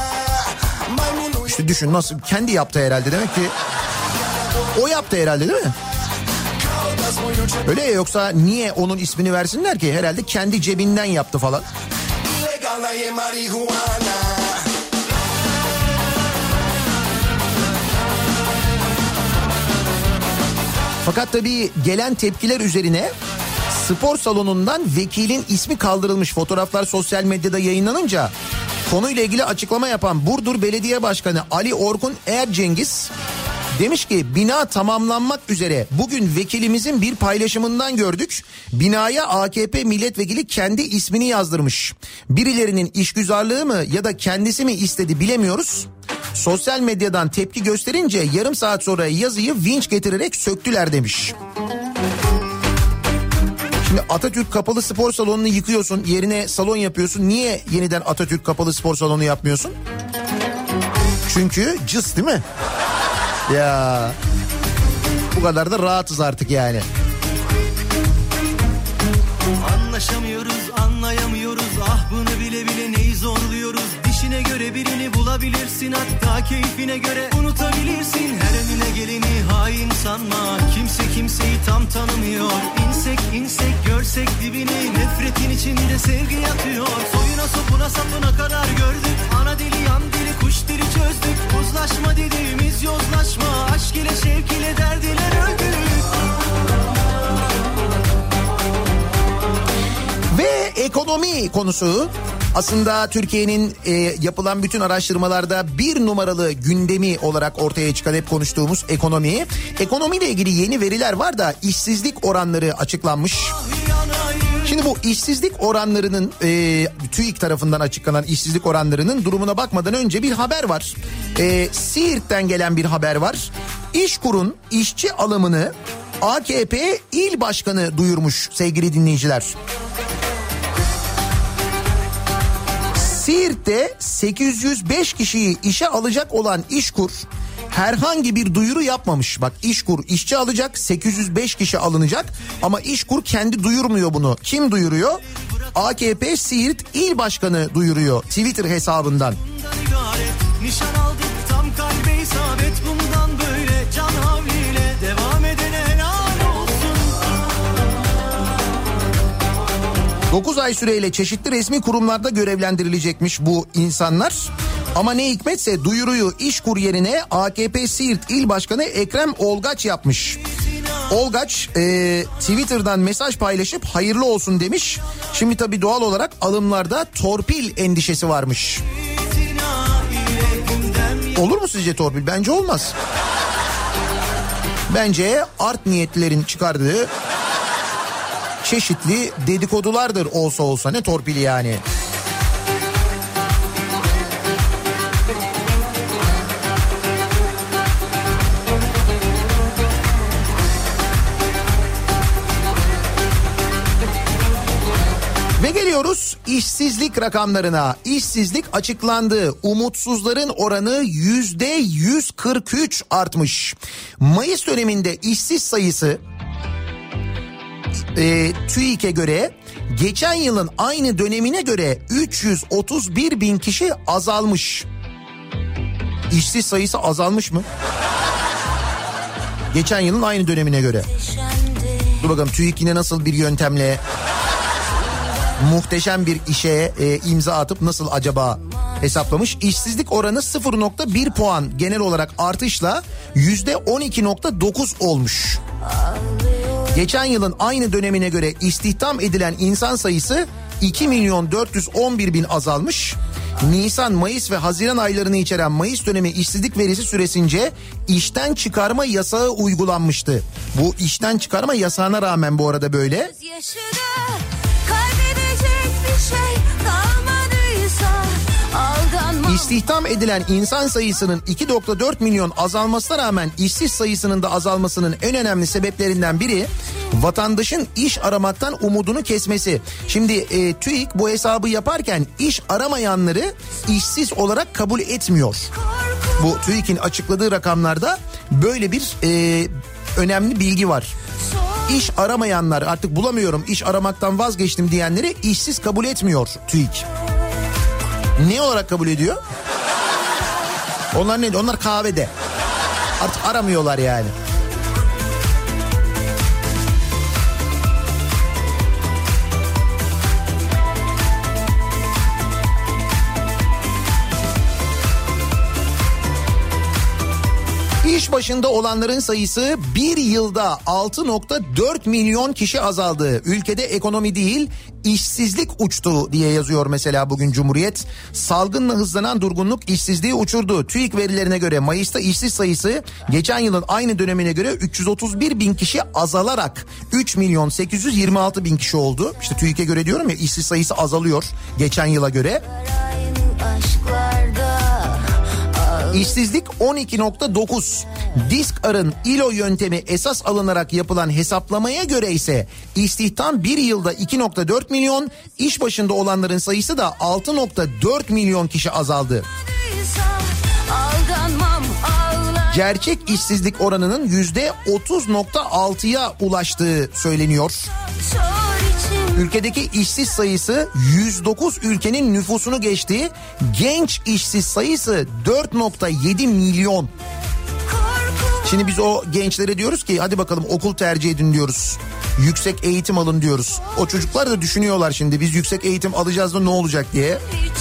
İşte düşün, nasıl, kendi yaptı herhalde, demek ki o yaptı herhalde, değil mi? Öyle ya, yoksa niye onun ismini versinler ki? Herhalde kendi cebinden yaptı falan. Fakat tabii gelen tepkiler üzerine spor salonundan vekilin ismi kaldırılmış. Fotoğraflar sosyal medyada yayınlanınca konuyla ilgili açıklama yapan Burdur Belediye Başkanı Ali Orkun Ercengiz demiş ki bina tamamlanmak üzere, bugün vekilimizin bir paylaşımından gördük. Binaya AKP milletvekili kendi ismini yazdırmış. Birilerinin işgüzarlığı mı ya da kendisi mi istedi bilemiyoruz. Sosyal medyadan tepki gösterince yarım saat sonra yazıyı vinç getirerek söktüler demiş. Şimdi Atatürk Kapalı Spor Salonu'nu yıkıyorsun, yerine salon yapıyorsun. Niye yeniden Atatürk Kapalı Spor Salonu yapmıyorsun? Çünkü cız değil mi? Ya bu kadar da rahatız artık yani. Anlaşamıyoruz, anlayamıyoruz. Ah bunu bile bile neyi zorluyoruz. Dişine göre birini bulabilirsin, hatta keyfine göre unutabilirsin. Her önüne geleni hain sanma. Kimse kimseyi tam tanımıyor. İnsek görsek dibini. Nefretin içinde sevgi yatıyor. Soyuna sopuna sapına kadar gördük. Ana dili yan dili kuş dili çözdük. Uzlaşma dediğimiz yozlaşma. Aşk ile şevk ile derdiler öldük. Ve ekonomi konusu aslında Türkiye'nin yapılan bütün araştırmalarda bir numaralı gündemi olarak ortaya çıkan, hep konuştuğumuz ekonomi. Ekonomiyle ilgili yeni veriler var da işsizlik oranları açıklanmış. Şimdi bu işsizlik oranlarının TÜİK tarafından açıklanan işsizlik oranlarının durumuna bakmadan önce bir haber var. Siirt'ten gelen bir haber var. İşkur'un işçi alımını AKP il başkanı duyurmuş sevgili dinleyiciler. Siirt'te 805 kişiyi işe alacak olan İşkur herhangi bir duyuru yapmamış. Bak, İşkur işçi alacak, 805 kişi alınacak ama İşkur kendi duyurmuyor bunu. Kim duyuruyor? AKP Siirt İl Başkanı duyuruyor Twitter hesabından. Nişan aldık tam kalbe isabet, bundan böyle can havliyle devam edene helal olsun. 9 ay süreyle çeşitli resmi kurumlarda görevlendirilecekmiş bu insanlar. Ama ne hikmetse duyuruyu İşkur yerine AKP Siirt İl Başkanı Ekrem Olgaç yapmış. Olgaç Twitter'dan mesaj paylaşıp hayırlı olsun demiş. Şimdi tabii doğal olarak alımlarda torpil endişesi varmış. Olur mu sizce torpil? Bence olmaz. Bence art niyetlilerin çıkardığı çeşitli dedikodulardır olsa ne torpili yani. Ve geliyoruz işsizlik rakamlarına. İşsizlik açıklandı. Umutsuzların oranı %143 artmış. Mayıs döneminde işsiz sayısı TÜİK'e göre geçen yılın aynı dönemine göre 331 bin kişi azalmış. İşsiz sayısı azalmış mı? Geçen yılın aynı dönemine göre. Dur bakalım TÜİK yine nasıl bir yöntemle muhteşem bir işe imza atıp nasıl acaba hesaplamış. İşsizlik oranı 0.1 puan genel olarak artışla %12.9 olmuş. Geçen yılın aynı dönemine göre istihdam edilen insan sayısı 2.411.000 azalmış. Nisan, Mayıs ve Haziran aylarını içeren Mayıs dönemi işsizlik verisi süresince işten çıkarma yasağı uygulanmıştı. Bu işten çıkarma yasağına rağmen bu arada böyle. İstihdam edilen insan sayısının 2.4 milyon azalmasına rağmen işsiz sayısının da azalmasının en önemli sebeplerinden biri vatandaşın iş aramaktan umudunu kesmesi. Şimdi TÜİK bu hesabı yaparken iş aramayanları işsiz olarak kabul etmiyor. Bu TÜİK'in açıkladığı rakamlarda böyle bir önemli bilgi var. İş aramayanlar, artık bulamıyorum, iş aramaktan vazgeçtim diyenleri işsiz kabul etmiyor TÜİK. Ne olarak kabul ediyor? Onlar ne? Onlar kahvede. Artık aramıyorlar yani. İş başında olanların sayısı bir yılda 6.4 milyon kişi azaldı. Ülkede ekonomi değil, işsizlik uçtu diye yazıyor mesela bugün Cumhuriyet. Salgınla hızlanan durgunluk işsizliği uçurdu. TÜİK verilerine göre Mayıs'ta işsiz sayısı geçen yılın aynı dönemine göre 331 bin kişi azalarak 3 milyon 826 bin kişi oldu. İşte TÜİK'e göre diyorum ya, işsiz sayısı azalıyor geçen yıla göre. İşsizlik 12.9. Diskar'ın İLO yöntemi esas alınarak yapılan hesaplamaya göre ise istihdam bir yılda 2.4 milyon, iş başında olanların sayısı da 6.4 milyon kişi azaldı. Gerçek işsizlik oranının %30.6'ya ulaştığı söyleniyor. Ülkedeki işsiz sayısı 109 ülkenin nüfusunu geçti. Genç işsiz sayısı 4.7 milyon. Şimdi biz o gençlere diyoruz ki hadi bakalım okul tercih edin diyoruz. Yüksek eğitim alın diyoruz. O çocuklar da düşünüyorlar şimdi, biz yüksek eğitim alacağız da ne olacak diye.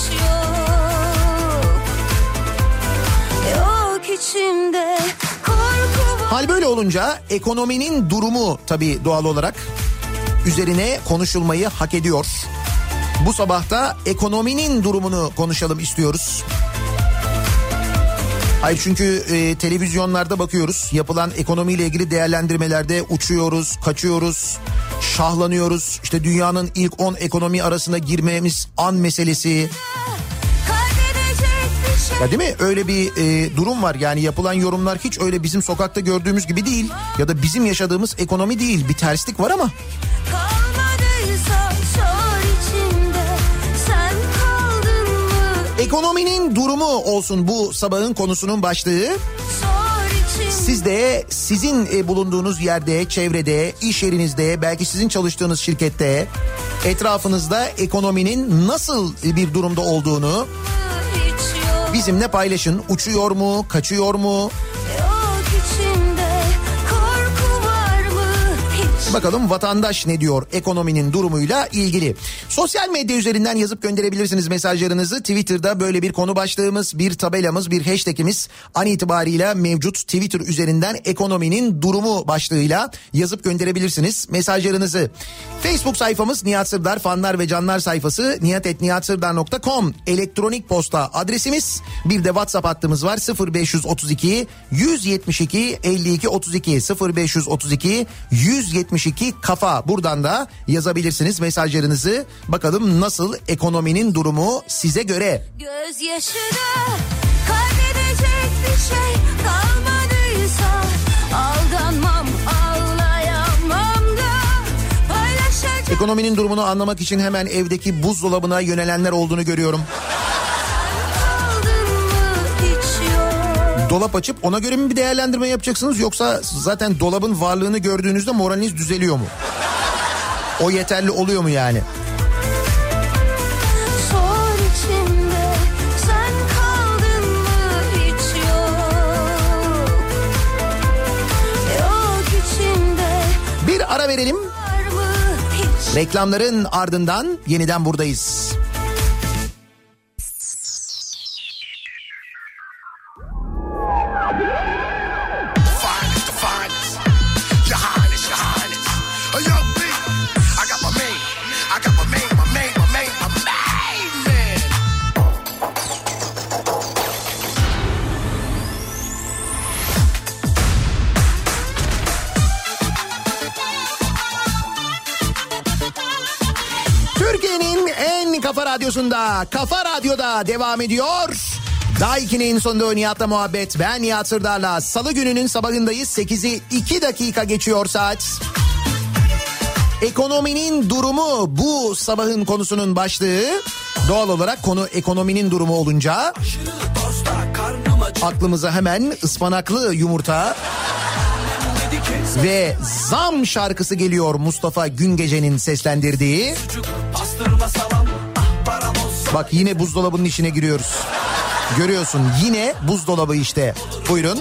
Hal böyle olunca ekonominin durumu tabii doğal olarak üzerine konuşulmayı hak ediyor. Bu sabah da ekonominin durumunu konuşalım istiyoruz. Hayır, çünkü televizyonlarda bakıyoruz, yapılan ekonomiyle ilgili değerlendirmelerde uçuyoruz, kaçıyoruz, şahlanıyoruz. İşte dünyanın ilk 10 ekonomi arasına girmemiz an meselesi. Ya değil mi? Öyle bir durum var. Yani yapılan yorumlar hiç öyle bizim sokakta gördüğümüz gibi değil. Ya da bizim yaşadığımız ekonomi değil. Bir terslik var ama. Ekonominin durumu olsun bu sabahın konusunun başlığı. Siz de sizin bulunduğunuz yerde, çevrede, iş yerinizde, belki sizin çalıştığınız şirkette, etrafınızda ekonominin nasıl bir durumda olduğunu bizimle paylaşın. Uçuyor mu, kaçıyor mu? Bakalım vatandaş ne diyor ekonominin durumuyla ilgili. Sosyal medya üzerinden yazıp gönderebilirsiniz mesajlarınızı. Twitter'da böyle bir konu başlığımız, bir tabelamız, bir hashtagimiz an itibariyle mevcut. Twitter üzerinden ekonominin durumu başlığıyla yazıp gönderebilirsiniz mesajlarınızı. Facebook sayfamız Nihat Sırdar fanlar ve canlar sayfası nihat@nihatsırdar.com elektronik posta adresimiz. Bir de WhatsApp hattımız var 0532 172 52 32 0532 172 kafa. Buradan da yazabilirsiniz mesajlarınızı. Bakalım nasıl ekonominin durumu size göre? Gözyaşına kaybedecek bir şey kalmadıysa aldanmam, ağlayamam da paylaşacak. Ekonominin durumunu anlamak için hemen evdeki buzdolabına yönelenler olduğunu görüyorum. Dolap açıp ona göre mi bir değerlendirme yapacaksınız, yoksa zaten dolabın varlığını gördüğünüzde moraliniz düzeliyor mu? O yeterli oluyor mu yani? Bir ara verelim. Reklamların ardından yeniden buradayız. Kafa Radyosu'nda, Kafa Radyo'da devam ediyor. Daiki'nin sonunda Nihat'la muhabbet. Ben Nihat Sırdar'la Salı gününün sabahındayız. 8'i 2 dakika geçiyor saat. Ekonominin durumu bu sabahın konusunun başlığı. Doğal olarak konu ekonominin durumu olunca aklımıza hemen ıspanaklı yumurta ve zam şarkısı geliyor, Mustafa Güngece'nin seslendirdiği. Bak yine buzdolabının içine giriyoruz. Görüyorsun, yine buzdolabı işte. Buyurun.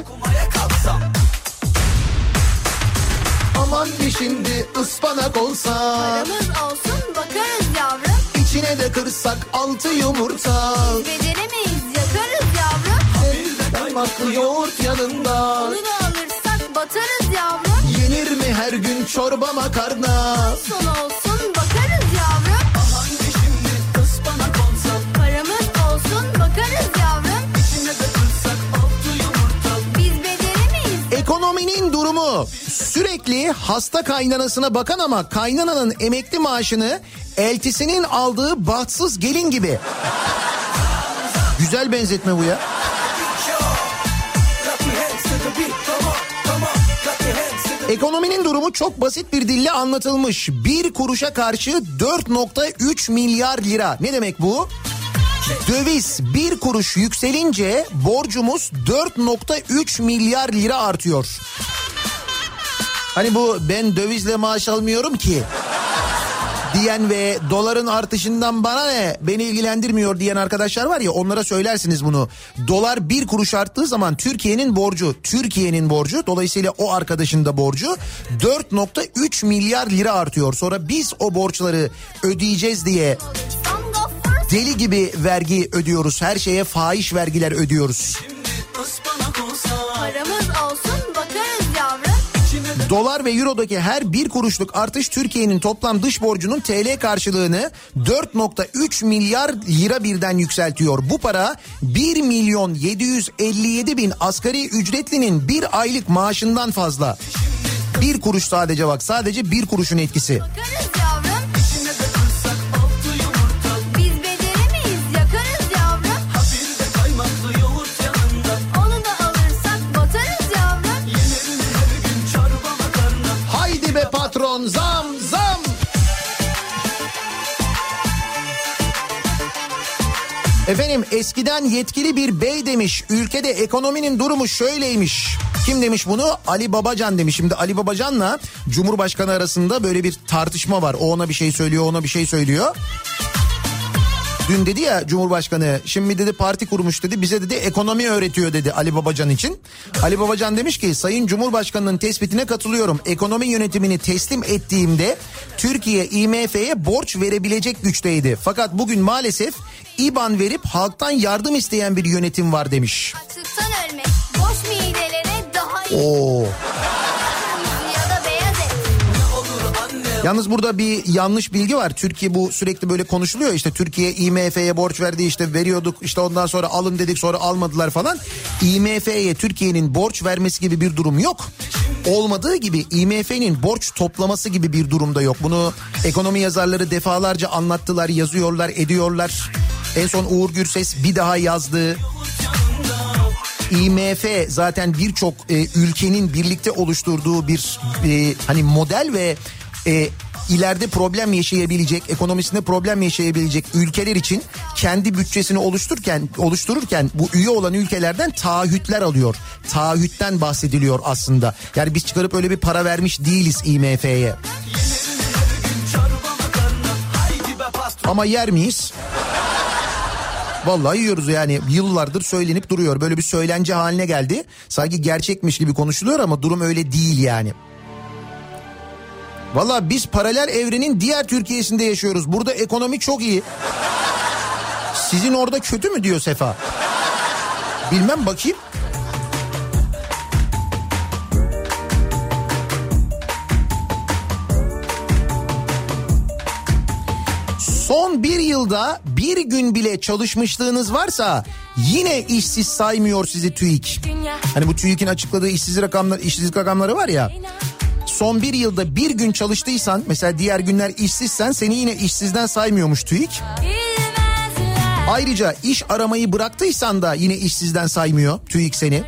Aman bir şimdi ıspanak olsa. Paramız olsun bakarız yavrum. İçine de kırsak 6 yumurta. Beceremeyiz yakarız yavrum. kaymaklı yoğurt yanında. Onu da alırsak batarız yavrum. Yenir mi her gün çorba makarna? Son olsun bakarız yavrum. Hangi şimdi ıspanak olsa, Paramız olsun bakarız yavrum. içine de kırsak altı yumurta. Biz beceremeyiz. Ekonominin durumu sürekli hasta kaynanasına bakan ama kaynananın emekli maaşını eltisinin aldığı bahtsız gelin gibi. Güzel benzetme bu ya. Ekonominin durumu çok basit bir dille anlatılmış. Bir kuruşa karşı 4.3 milyar lira. Ne demek bu? Döviz bir kuruş yükselince borcumuz 4.3 milyar lira artıyor. Hani bu ben dövizle maaş almıyorum ki diyen ve doların artışından bana ne beni ilgilendirmiyor diyen arkadaşlar var ya, onlara söylersiniz bunu. Dolar bir kuruş arttığı zaman Türkiye'nin borcu dolayısıyla o arkadaşın da borcu 4.3 milyar lira artıyor. Sonra biz o borçları ödeyeceğiz diye deli gibi vergi ödüyoruz. Her şeye fahiş vergiler ödüyoruz. Paramız olsun bakarız yavrum. Dolar ve eurodaki her bir kuruşluk artış Türkiye'nin toplam dış borcunun TL karşılığını 4.3 milyar lira birden yükseltiyor. Bu para 1.757.000 asgari ücretlinin bir aylık maaşından fazla. Bir kuruş sadece, bak sadece bir kuruşun etkisi. Bakarız yavrum. Biz beceremeyiz yakarız yavrum. Bir de kaymaklı yoğurt yanında. Onu da alırsak batarız yavrum. Yenir mi her gün çorba makarna. Haydi be patron, zam zam. Efendim eskiden yetkili bir bey demiş, ülkede ekonominin durumu şöyleymiş. Kim demiş bunu? Ali Babacan demiş. Şimdi Ali Babacan'la Cumhurbaşkanı arasında böyle bir tartışma var. O ona bir şey söylüyor, ona bir şey söylüyor. Dün dedi ya Cumhurbaşkanı, şimdi dedi parti kurmuş dedi, bize dedi ekonomi öğretiyor dedi Ali Babacan için. Ali Babacan demiş ki Sayın Cumhurbaşkanı'nın tespitine katılıyorum. Ekonomi yönetimini teslim ettiğimde Türkiye IMF'ye borç verebilecek güçteydi. Fakat bugün maalesef İBAN verip halktan yardım isteyen bir yönetim var demiş. Açlıktan ölmek boş midelere daha iyi. Oo. Ya da beyaz et. Yalnız burada bir yanlış bilgi var. Türkiye, bu sürekli böyle konuşuluyor. İşte Türkiye IMF'ye borç verdi, işte veriyorduk, işte ondan sonra alın dedik, sonra almadılar falan. IMF'ye Türkiye'nin borç vermesi gibi bir durum yok. Olmadığı gibi IMF'nin borç toplaması gibi bir durumda yok. Bunu ekonomi yazarları defalarca anlattılar, yazıyorlar, ediyorlar. En son Uğur Gürses bir daha yazdı. IMF zaten birçok ülkenin birlikte oluşturduğu bir hani model ve ileride problem yaşayabilecek, ekonomisinde problem yaşayabilecek ülkeler için kendi bütçesini oluştururken bu üye olan ülkelerden taahhütler alıyor. Taahhütten bahsediliyor aslında. Yani biz çıkarıp öyle bir para vermiş değiliz IMF'ye. Ama yer miyiz? Vallahi yiyoruz yani, yıllardır söylenip duruyor. Böyle bir söylence haline geldi. Sanki gerçekmiş gibi konuşuluyor ama durum öyle değil yani. Vallahi biz paralel evrenin diğer Türkiye'sinde yaşıyoruz. Burada ekonomi çok iyi. Sizin orada kötü mü diyor Sefa? Bilmem, bakayım. Son bir yılda bir gün bile çalışmışlığınız varsa yine işsiz saymıyor sizi TÜİK. Hani bu TÜİK'in açıkladığı işsizlik rakamları var ya. Son bir yılda bir gün çalıştıysan, mesela diğer günler işsizsen, seni yine işsizden saymıyormuş TÜİK. Ayrıca iş aramayı bıraktıysan da yine işsizden saymıyor TÜİK seni.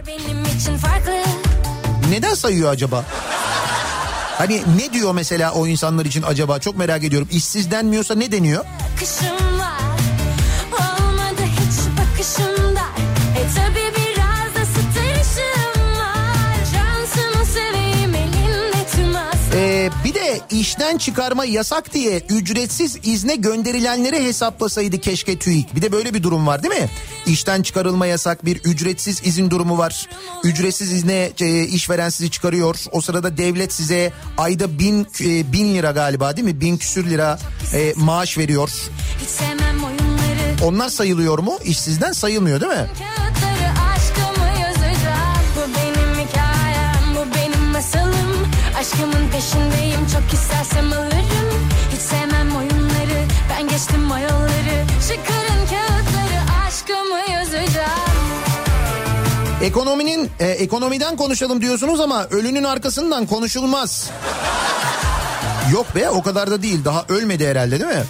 Neden sayıyor acaba? Hani ne diyor mesela o insanlar için acaba, çok merak ediyorum. İşsiz denmiyorsa ne deniyor? Bakışım var, olmadı hiç bakışım dar. Tabii biraz da sıtırışım var. Şansımı seveyim, elimde tüm aslı. Bir de işten çıkarma yasak diye ücretsiz izne gönderilenleri hesaplasaydı keşke TÜİK. Bir de böyle bir durum var değil mi? İşten çıkarılma yasak, bir ücretsiz izin durumu var. Ücretsiz izne işveren sizi çıkarıyor. O sırada devlet size ayda 1000 lira galiba değil mi? 1000 küsür lira maaş veriyor. Hiç sevmem oyunları. Onlar sayılıyor mu? İşsizden sayılmıyor değil mi? Kağıtları aşkımı yazarım. Aşkımın peşindeyim, çok istersem alırım. Hiç sevmem oyunları, ben geçtim o yolları. Çıkarın kağıtları, aşkımı yazacağım. Ekonomiden konuşalım diyorsunuz ama ölünün arkasından konuşulmaz. Yok be, o kadar da değil, daha ölmedi herhalde, değil mi?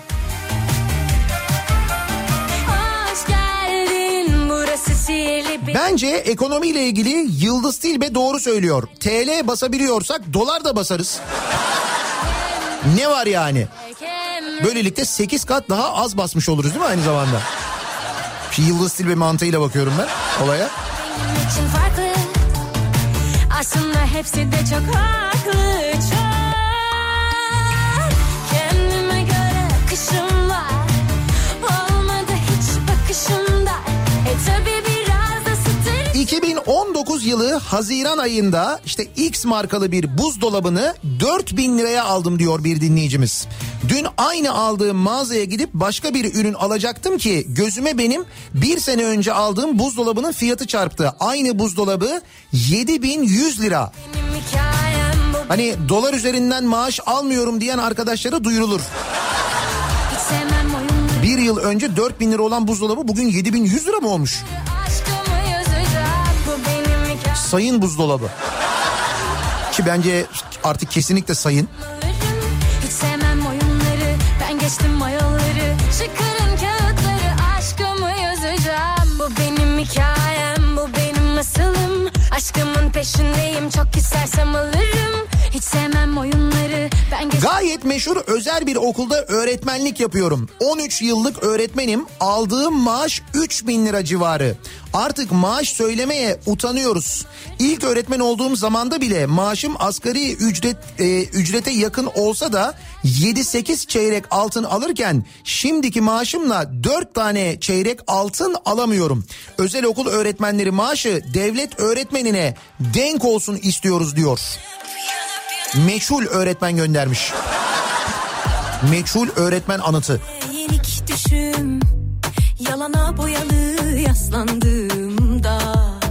Hoş geldin, burası sihirli bir... Bence ekonomiyle ilgili Yıldız Tilbe doğru söylüyor. TL basabiliyorsak dolar da basarız. Ne var yani? Böylelikle 8 kat daha az basmış oluruz değil mi aynı zamanda? Şu Yıldız Tilbe mantığıyla bakıyorum ben olaya. Benim için farklı, aslında hepsi de çok haklı, çok. Kendime göre akışım var, olmadı hiç bakışımda. Tabii biraz da stil. 2019 yılı Haziran ayında işte X markalı bir buzdolabını 4.000 liraya aldım diyor bir dinleyicimiz. Dün aynı aldığım mağazaya gidip başka bir ürün alacaktım ki gözüme benim bir sene önce aldığım buzdolabının fiyatı çarptı. Aynı buzdolabı 7.100 lira. Hani dolar üzerinden maaş almıyorum diyen arkadaşlara duyurulur. Bir yıl önce 4.000 lira olan buzdolabı bugün 7.100 lira mı olmuş? Sayın buzdolabı. Ki bence artık kesinlikle sayın. Hiç sevmem oyunları, ben geçtim o yolları. Çıkarın kağıtları, aşkımı yazacağım. Bu benim hikayem, bu benim masalım. Aşkımın peşindeyim, çok istersem alırım. Hiç sevmem oyunları, ben geçtim... Gayet meşhur özel bir okulda öğretmenlik yapıyorum. 13 yıllık öğretmenim. Aldığım maaş 3.000 lira civarı. Artık maaş söylemeye utanıyoruz. İlk öğretmen olduğum zamanda bile maaşım asgari ücrete yakın olsa da 7-8 çeyrek altın alırken şimdiki maaşımla 4 tane çeyrek altın alamıyorum. Özel okul öğretmenleri maaşı devlet öğretmenine denk olsun istiyoruz diyor. Meçhul öğretmen göndermiş. Meçhul öğretmen anıtı. Yenik düşüm, yalana boyalı yaslandığımda,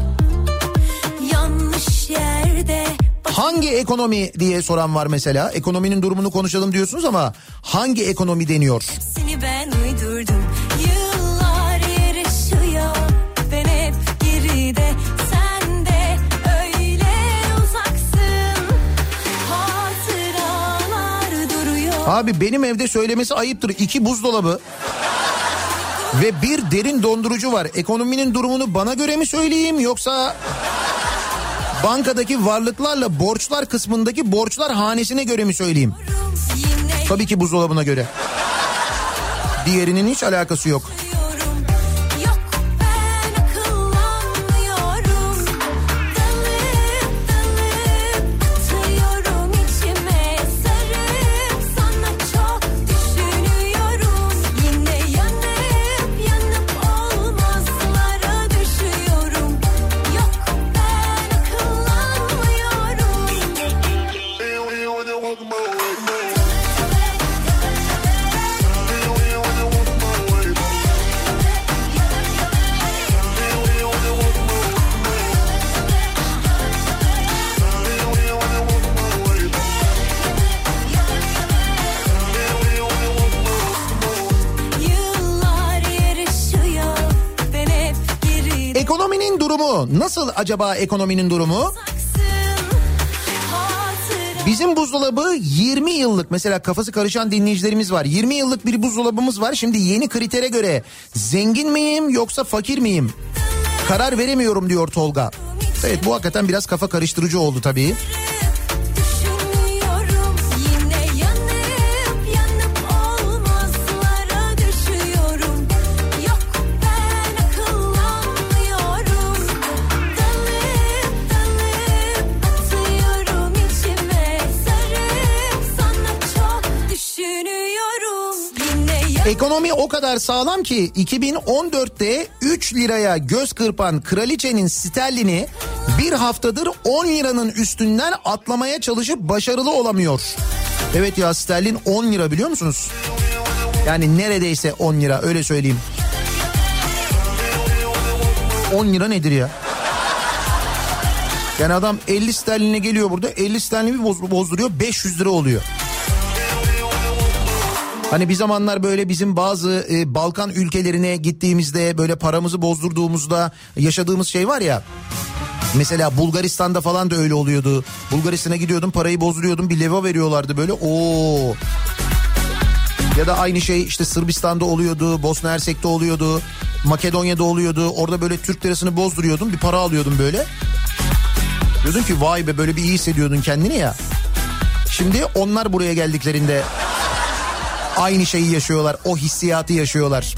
yanlış yerde... Hangi ekonomi diye soran var mesela. Ekonominin durumunu konuşalım diyorsunuz ama hangi ekonomi deniyor? Hepsini ben uydurdum. Yıllar yarışıyor, ben hep geride. Sen de öyle uzaksın. Hatıralar duruyor. Abi benim evde söylemesi ayıptır. 2 buzdolabı ve bir derin dondurucu var. Ekonominin durumunu bana göre mi söyleyeyim yoksa bankadaki varlıklarla borçlar kısmındaki borçlar hanesine göre mi söyleyeyim? Tabii ki buzdolabına göre. Diğerinin hiç alakası yok. Yok, ben akıllanmıyorum. Dalıp atıyorum içime, sarıp sana çok düşünüyorum. Yine yanıp olmazlara düşüyorum. Yok, ben akıllanmıyorum. Yıllar yarışıyor, ben hep geride. Ekonominin durumu nasıl acaba, ekonominin durumu? Bizim buzdolabı 20 yıllık, mesela kafası karışan dinleyicilerimiz var. 20 yıllık bir buzdolabımız var. Şimdi yeni kritere göre zengin miyim yoksa fakir miyim? Karar veremiyorum diyor Tolga. Evet, bu hakikaten biraz kafa karıştırıcı oldu tabii. Düşünüyorum, yine yanıp olmazlara düşüyorum. Yok, ben akıllanmıyorum. Dalıp atıyorum içime, sarıp sana çok düşünüyorum. Yine Ekonomi o kadar sağlam ki 2014'te 3 liraya göz kırpan kraliçenin sterlini bir haftadır 10 liranın üstünden atlamaya çalışıp başarılı olamıyor. Evet ya, sterlin 10 lira biliyor musunuz? Yani neredeyse 10 lira, öyle söyleyeyim. 10 lira nedir ya? Yani adam 50 sterline geliyor burada, 50 sterlini bir bozduruyor, 500 lira oluyor. Hani bir zamanlar böyle bizim bazı Balkan ülkelerine gittiğimizde böyle paramızı bozdurduğumuzda yaşadığımız şey var ya. Mesela Bulgaristan'da falan da öyle oluyordu. Bulgaristan'a gidiyordum, parayı bozduruyordum, bir leva veriyorlardı böyle. Oo. Ya da aynı şey işte Sırbistan'da oluyordu, Bosna Hersek'te oluyordu, Makedonya'da oluyordu. Orada böyle Türk lirasını bozduruyordum, bir para alıyordum böyle. Diyordun ki vay be, böyle bir iyi hissediyordun kendini ya. Şimdi onlar buraya geldiklerinde aynı şeyi yaşıyorlar, o hissiyatı yaşıyorlar.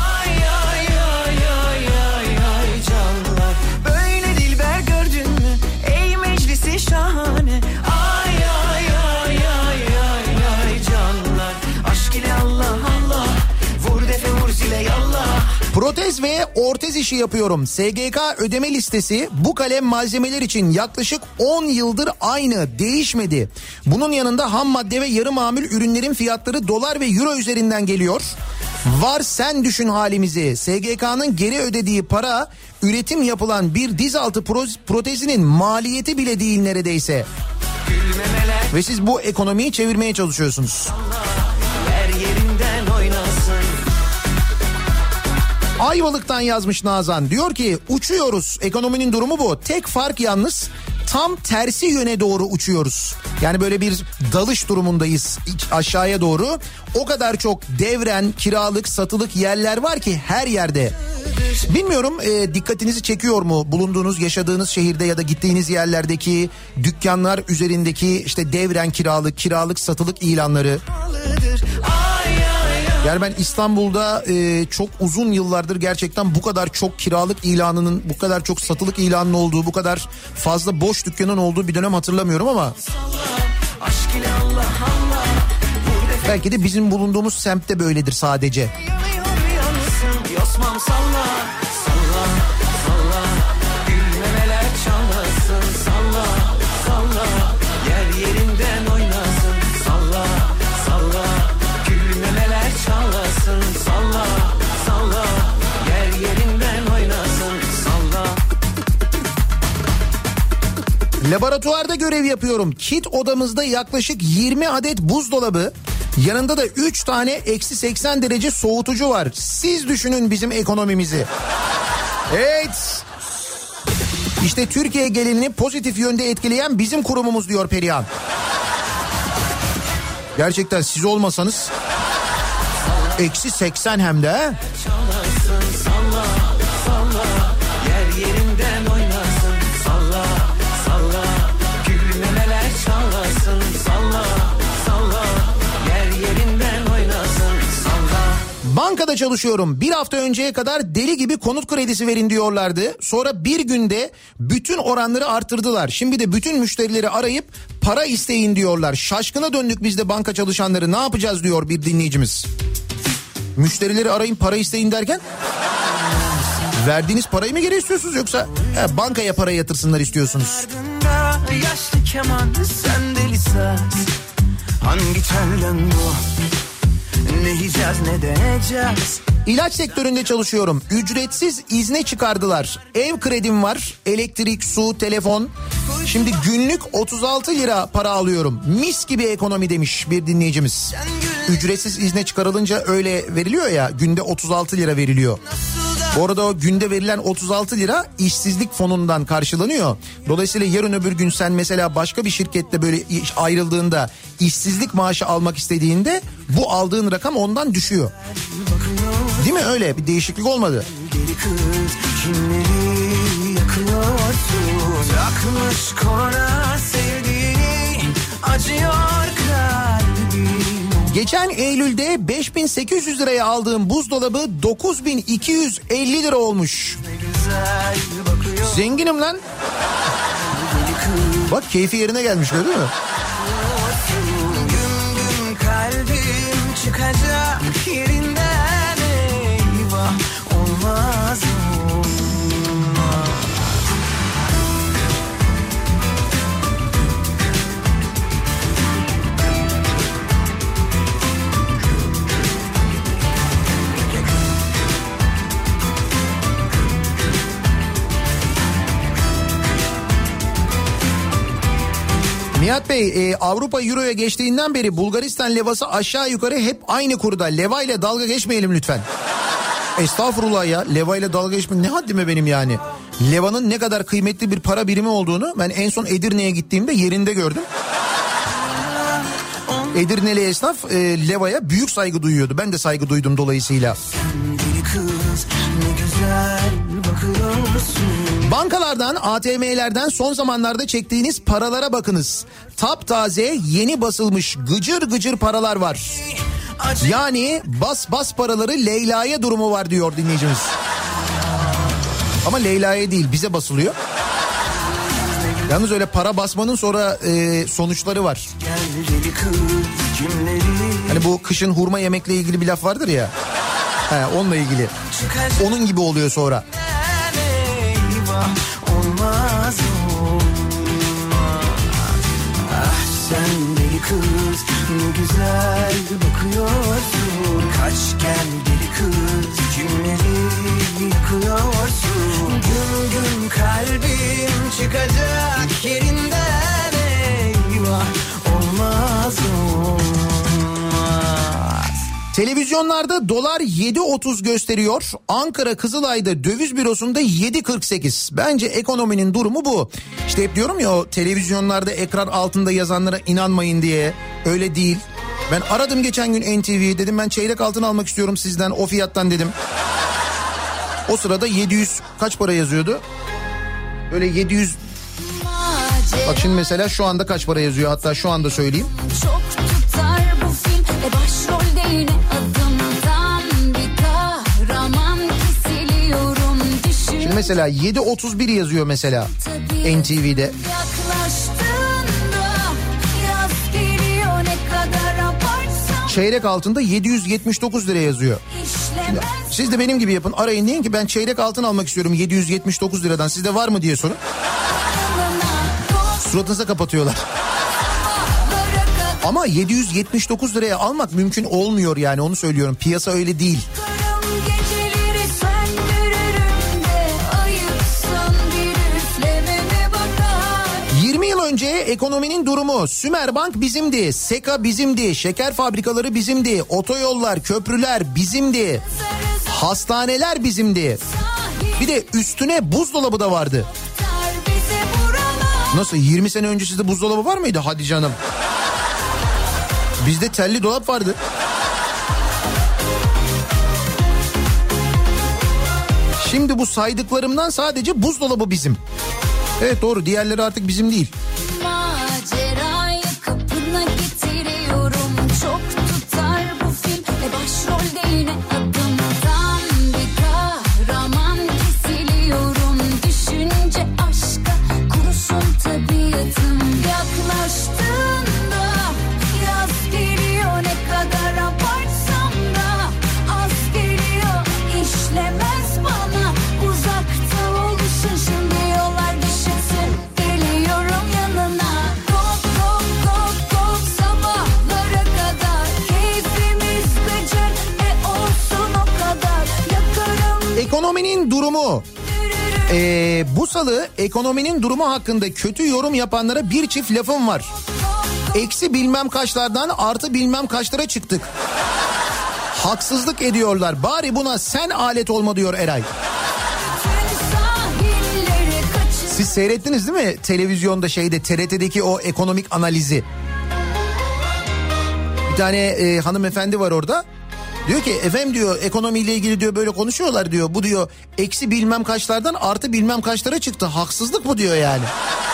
Böyle dilber gördün mü? Ey meclisi şahane. Ay ay ay ay ay ay canlar. Aşk ile Allah Allah. Vur defe vur zile yallah. Protez ve ortez işi yapıyorum. SGK ödeme listesi bu kalem malzemeler için yaklaşık 10 yıldır aynı, değişmedi. Bunun yanında ham madde ve yarı mamul ürünlerin fiyatları dolar ve euro üzerinden geliyor. Var sen düşün halimizi. SGK'nın geri ödediği para üretim yapılan bir dizaltı protezinin maliyeti bile değil neredeyse. Ve siz bu ekonomiyi çevirmeye çalışıyorsunuz. Her yerinden oynasın. Ayvalık'tan yazmış Nazan. Diyor ki uçuyoruz. Ekonominin durumu bu. Tek fark yalnız tam tersi yöne doğru uçuyoruz. Yani böyle bir dalış durumundayız aşağıya doğru. O kadar çok devren, kiralık, satılık yerler var ki her yerde. Bilmiyorum dikkatinizi çekiyor mu bulunduğunuz, yaşadığınız şehirde ya da gittiğiniz yerlerdeki dükkanlar üzerindeki işte devren kiralık, satılık ilanları. Yani ben İstanbul'da çok uzun yıllardır gerçekten bu kadar çok kiralık ilanının, bu kadar çok satılık ilanının olduğu, bu kadar fazla boş dükkanın olduğu bir dönem hatırlamıyorum ama belki de bizim bulunduğumuz semtte böyledir sadece. Yosmam salla, salla, salla. Gülmemeler çalasın, salla, salla. Yer yerinden oynasın, salla, salla. Gülmemeler çalasın, salla, salla. Yer yerinden oynasın, salla. Laboratuvarda görev yapıyorum. Kit odamızda yaklaşık 20 adet buzdolabı. Yanında da 3 tane eksi 80 derece soğutucu var. Siz düşünün bizim ekonomimizi. Evet. İşte Türkiye genelini pozitif yönde etkileyen bizim kurumumuz diyor Perihan. Gerçekten siz olmasanız eksi 80 hem de. Çalasın, salla, salla. Yer yerinden oynasın, salla, salla. Gülmemeler çalasın, salla, salla. Yer yerinden oynasın, salla. Bankada çalışıyorum. Bir hafta önceye kadar deli gibi konut kredisi verin diyorlardı. Sonra bir günde bütün oranları artırdılar. Şimdi de bütün müşterileri arayıp para isteyin diyorlar. Şaşkına döndük biz de banka çalışanları, ne yapacağız diyor bir dinleyicimiz. Müşterileri arayın para isteyin derken verdiğiniz parayı mı geri istiyorsunuz yoksa bankaya para yatırsınlar istiyorsunuz? Ardında yaşlı keman, sen deli saz. Hangi telden bu? Ne yiyeceğiz ne deneyeceğiz? İlaç sektöründe çalışıyorum. Ücretsiz izne çıkardılar. Ev kredim var. Elektrik, su, telefon. Şimdi günlük 36 lira para alıyorum. Mis gibi ekonomi demiş bir dinleyicimiz. Ücretsiz izne çıkarılınca öyle veriliyor ya, günde 36 lira veriliyor. Bu arada o günde verilen 36 lira işsizlik fonundan karşılanıyor. Dolayısıyla yarın öbür gün sen mesela başka bir şirkette böyle ayrıldığında işsizlik maaşı almak istediğinde bu aldığın rakam ondan düşüyor. Değil mi, öyle bir değişiklik olmadı. Geri kız, kimleri yakıyorsun? Takmış koluna sevdiğini, acıyor kalbim. Geçen Eylül'de 5800 liraya aldığım buzdolabı 9250 lira olmuş. Güzel bakıyor. Zenginim lan. Bak keyfi yerine gelmiş, gördün mü? Gün gün kalbim çıkacak yerinden, eyvah olmaz olmaz. Nihat Bey, Avrupa Euro'ya geçtiğinden beri Bulgaristan levası aşağı yukarı hep aynı kurda. Leva ile dalga geçmeyelim lütfen. Estağfurullah ya, leva ile dalga geçmek ne haddime benim yani. Levanın ne kadar kıymetli bir para birimi olduğunu ben en son Edirne'ye gittiğimde yerinde gördüm. Edirneli esnaf levaya büyük saygı duyuyordu. Ben de saygı duydum dolayısıyla. Bankalardan, ATM'lerden son zamanlarda çektiğiniz paralara bakınız. Taptaze, yeni basılmış gıcır gıcır paralar var. Yani bas paraları Leyla'ya durumu var diyor dinleyicimiz. Ama Leyla'ya değil, bize basılıyor. Yalnız öyle para basmanın sonra sonuçları var. Hani bu kışın hurma yemekle ilgili bir laf vardır ya. Onunla ilgili. Onun gibi oluyor sonra. Olmaz sen deli kız ne güzel bakıyorsun. Kaç gel deli kız kimleri yıkıyorsun. Gün gün kalbim çıkacak yerinden. Eyvah olmaz. Televizyonlarda dolar 7.30 gösteriyor. Ankara Kızılay'da döviz bürosunda 7.48. Bence ekonominin durumu bu. İşte hep diyorum ya, o televizyonlarda ekran altında yazanlara inanmayın diye. Öyle değil. Ben aradım geçen gün NTV'yi, dedim ben çeyrek altın almak istiyorum sizden, o fiyattan dedim. O sırada 700 kaç para yazıyordu? Öyle 700. Bak şimdi mesela şu anda kaç para yazıyor, hatta şu anda söyleyeyim. Çok tutar bu film başrolde yine adımdan bir kahraman kesiliyorum. Şimdi mesela 7.31 yazıyor mesela NTV'de. Çeyrek altında 779 lira yazıyor. Şimdi siz de benim gibi yapın, arayın, deyin ki ben çeyrek altın almak istiyorum 779 liradan, sizde var mı diye sorun. Suratınıza kapatıyorlar. Ama 779 liraya almak mümkün olmuyor yani, onu söylüyorum. Piyasa öyle değil. 20 yıl önce ekonominin durumu: Sümerbank bizimdi, Seka bizimdi, şeker fabrikaları bizimdi, otoyollar, köprüler bizimdi, hastaneler bizimdi. Bir de üstüne buzdolabı da vardı. Nasıl, 20 sene önce sizde buzdolabı var mıydı? Hadi canım. Bizde telli dolap vardı. Şimdi bu saydıklarımdan sadece buzdolabı bizim. Evet doğru, diğerleri artık bizim değil. Macerayı kapına getiriyorum. Çok tutar bu film başrolde yine adımdan bir kahraman kesiliyorum. Düşünce aşka kurusun tabiatım. Yaklaştığında yaz geliyor, ne kadar abartsam da az geliyor. İşlemez bana uzakta oluşun, şimdi yollar düşünsün. Geliyorum yanına, kop kop kop kop sabahlara kadar. Keyfimiz gıcır olsun o kadar. Yakarım Ekonominin durumu. Bu salı ekonominin durumu hakkında kötü yorum yapanlara bir çift lafım var. Eksi bilmem kaçlardan artı bilmem kaçlara çıktık. Haksızlık ediyorlar. Bari buna sen alet olma diyor Eray. Siz seyrettiniz değil mi televizyonda, TRT'deki o ekonomik analizi? Bir tane hanımefendi var orada. Diyor ki efendim diyor, ekonomiyle ilgili diyor böyle konuşuyorlar diyor. Bu diyor eksi bilmem kaçlardan artı bilmem kaçlara çıktı. Haksızlık bu diyor yani.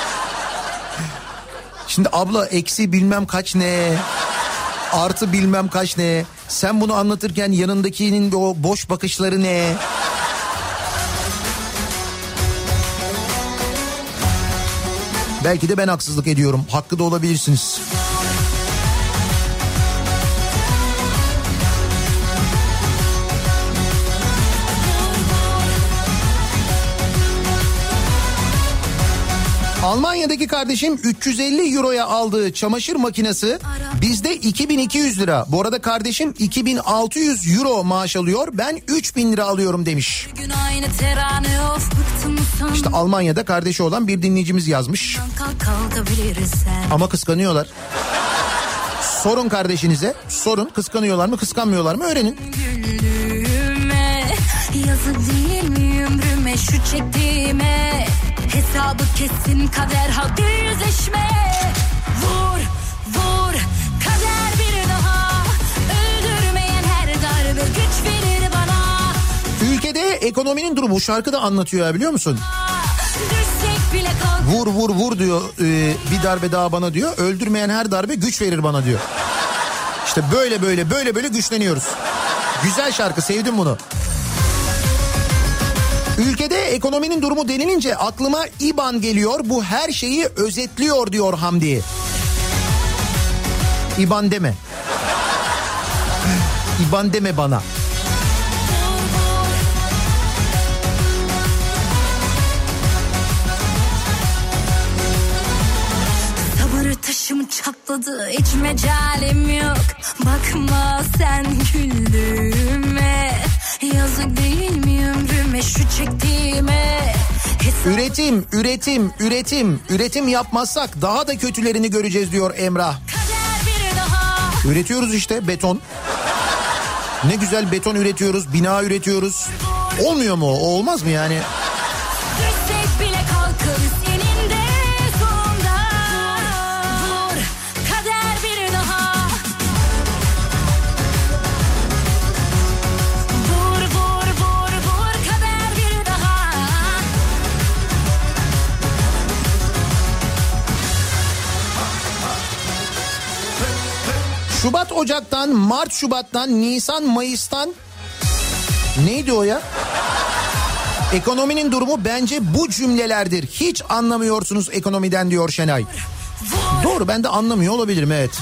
Şimdi abla, eksi bilmem kaç ne? Artı bilmem kaç ne? Sen bunu anlatırken yanındakinin o boş bakışları ne? Belki de ben haksızlık ediyorum. Hakkı da olabilirsiniz. Almanya'daki kardeşim 350 euroya aldığı çamaşır makinesi bizde 2200 lira. Bu arada kardeşim 2600 euro maaş alıyor. Ben 3000 lira alıyorum demiş. İşte Almanya'da kardeşi olan bir dinleyicimiz yazmış. Ama kıskanıyorlar. Sorun kardeşinize. Sorun, kıskanıyorlar mı kıskanmıyorlar mı öğrenin. Yazık değil mi ömrüme şu çektiğime? Hesabı kesin kader hadi yüzleşme. Vur vur kader bir daha. Öldürmeyen her darbe güç verir bana. Ülkede ekonominin durumu şarkı da anlatıyor ya, biliyor musun? Düşsek bile kalk. Vur vur vur diyor, bir darbe daha bana diyor. Öldürmeyen her darbe güç verir bana diyor. İşte böyle güçleniyoruz. Güzel şarkı, sevdim bunu. Ülkede ekonominin durumu denilince aklıma İBAN geliyor. Bu her şeyi özetliyor diyor Hamdi. İBAN deme. İBAN deme bana. Sabır taşım çatladı, hiç mecalim yok. Bakma sen güldüğüme. Yazık değil mi ömrüme şu çektiğime? Üretim yapmazsak daha da kötülerini göreceğiz diyor Emrah. Üretiyoruz işte, beton. Ne güzel beton üretiyoruz, bina üretiyoruz. Olmuyor mu? O olmaz mı yani? Düşsek bile kalkarız eninde sonunda. Vur kader bir daha. Vur vur vur vur kader bir daha. Şubat Ocak'tan, Mart Şubat'tan, Nisan Mayıs'tan neydi o ya? Ekonominin durumu bence bu cümlelerdir. Hiç anlamıyorsunuz ekonomiden diyor Şenay. Doğru, ben de anlamıyor olabilirim, evet.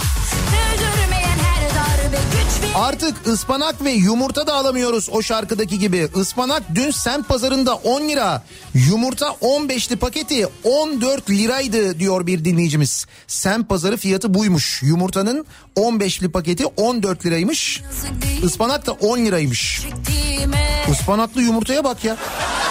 Artık ıspanak ve yumurta da alamıyoruz o şarkıdaki gibi. Ispanak dün semt pazarında 10 lira. Yumurta 15'li paketi 14 liraydı diyor bir dinleyicimiz. Semt pazarı fiyatı buymuş. Yumurtanın 15'li paketi 14 liraymış. Ispanak da 10 liraymış. Ispanaklı yumurtaya bak ya.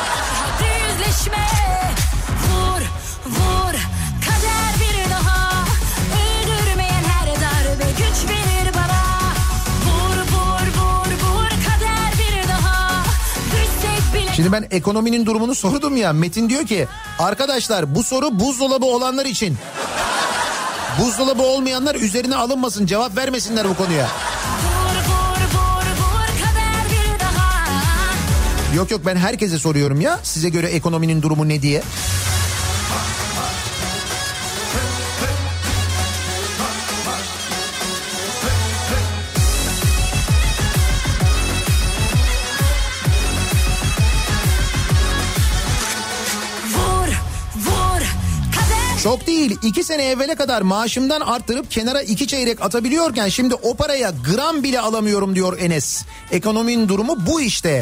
Vur vur kader bir daha. Öldürmeyen her darbe güç verir bana. Vur vur vur vur kader bir daha. Düşsek bile. Şimdi ben ekonominin durumunu sordum ya. Metin diyor ki arkadaşlar bu soru buzdolabı olanlar için. Buzdolabı olmayanlar üzerine alınmasın, cevap vermesinler bu konuya. Yok ben herkese soruyorum ya, size göre ekonominin durumu ne diye. Çok değil, 2 sene evvele kadar maaşımdan arttırıp kenara 2 çeyrek atabiliyorken şimdi o paraya gram bile alamıyorum diyor Enes. Ekonominin durumu bu işte.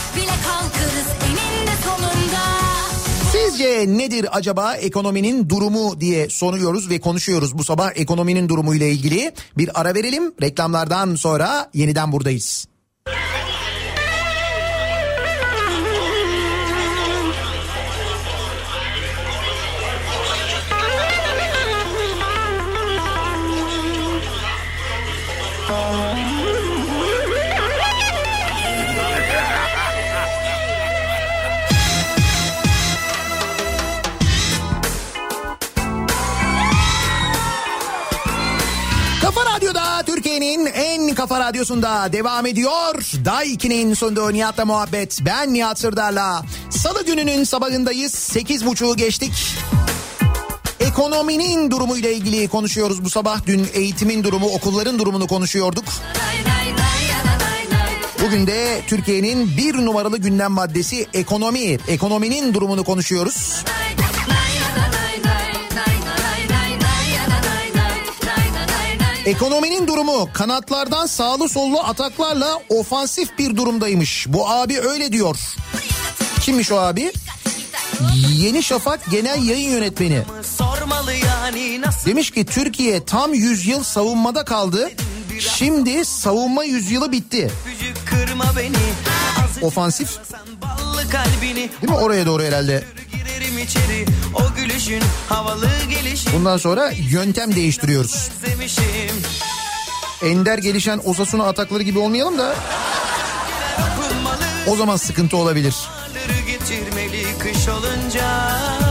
Sizce nedir acaba ekonominin durumu diye soruyoruz ve konuşuyoruz bu sabah ekonominin durumuyla ilgili. Bir ara verelim, reklamlardan sonra yeniden buradayız. Türkiye'nin en kafa radyosunda devam ediyor. Daiki'nin sunduğu Nihat'la muhabbet. Ben Nihat Sırdar'la. Salı gününün sabahındayız. 8.30'u geçtik. Ekonominin durumuyla ilgili konuşuyoruz bu sabah. Dün eğitimin durumu, okulların durumunu konuşuyorduk. Bugün de Türkiye'nin bir numaralı gündem maddesi ekonomi. Ekonominin durumunu konuşuyoruz. Ekonominin durumu kanatlardan sağlı sollu ataklarla ofansif bir durumdaymış. Bu abi öyle diyor. Kimmiş o abi? Yeni Şafak Genel Yayın Yönetmeni Sormalı yani nasıl demiş ki Türkiye tam 100 yıl savunmada kaldı. Şimdi savunma yüzyılı bitti. gücü kırma beni. Ofansif. Ballı kalbini. Değil mi? Oraya doğru herhalde. Girerim içeri o gülüşün havalı gelişin. Bundan sonra yöntem değiştiriyoruz. Özlemişim. Ender gelişen Osasuna atakları gibi olmayalım da Okunmalı. o zaman sıkıntı olabilir. Baharları getirmeli kış olunca.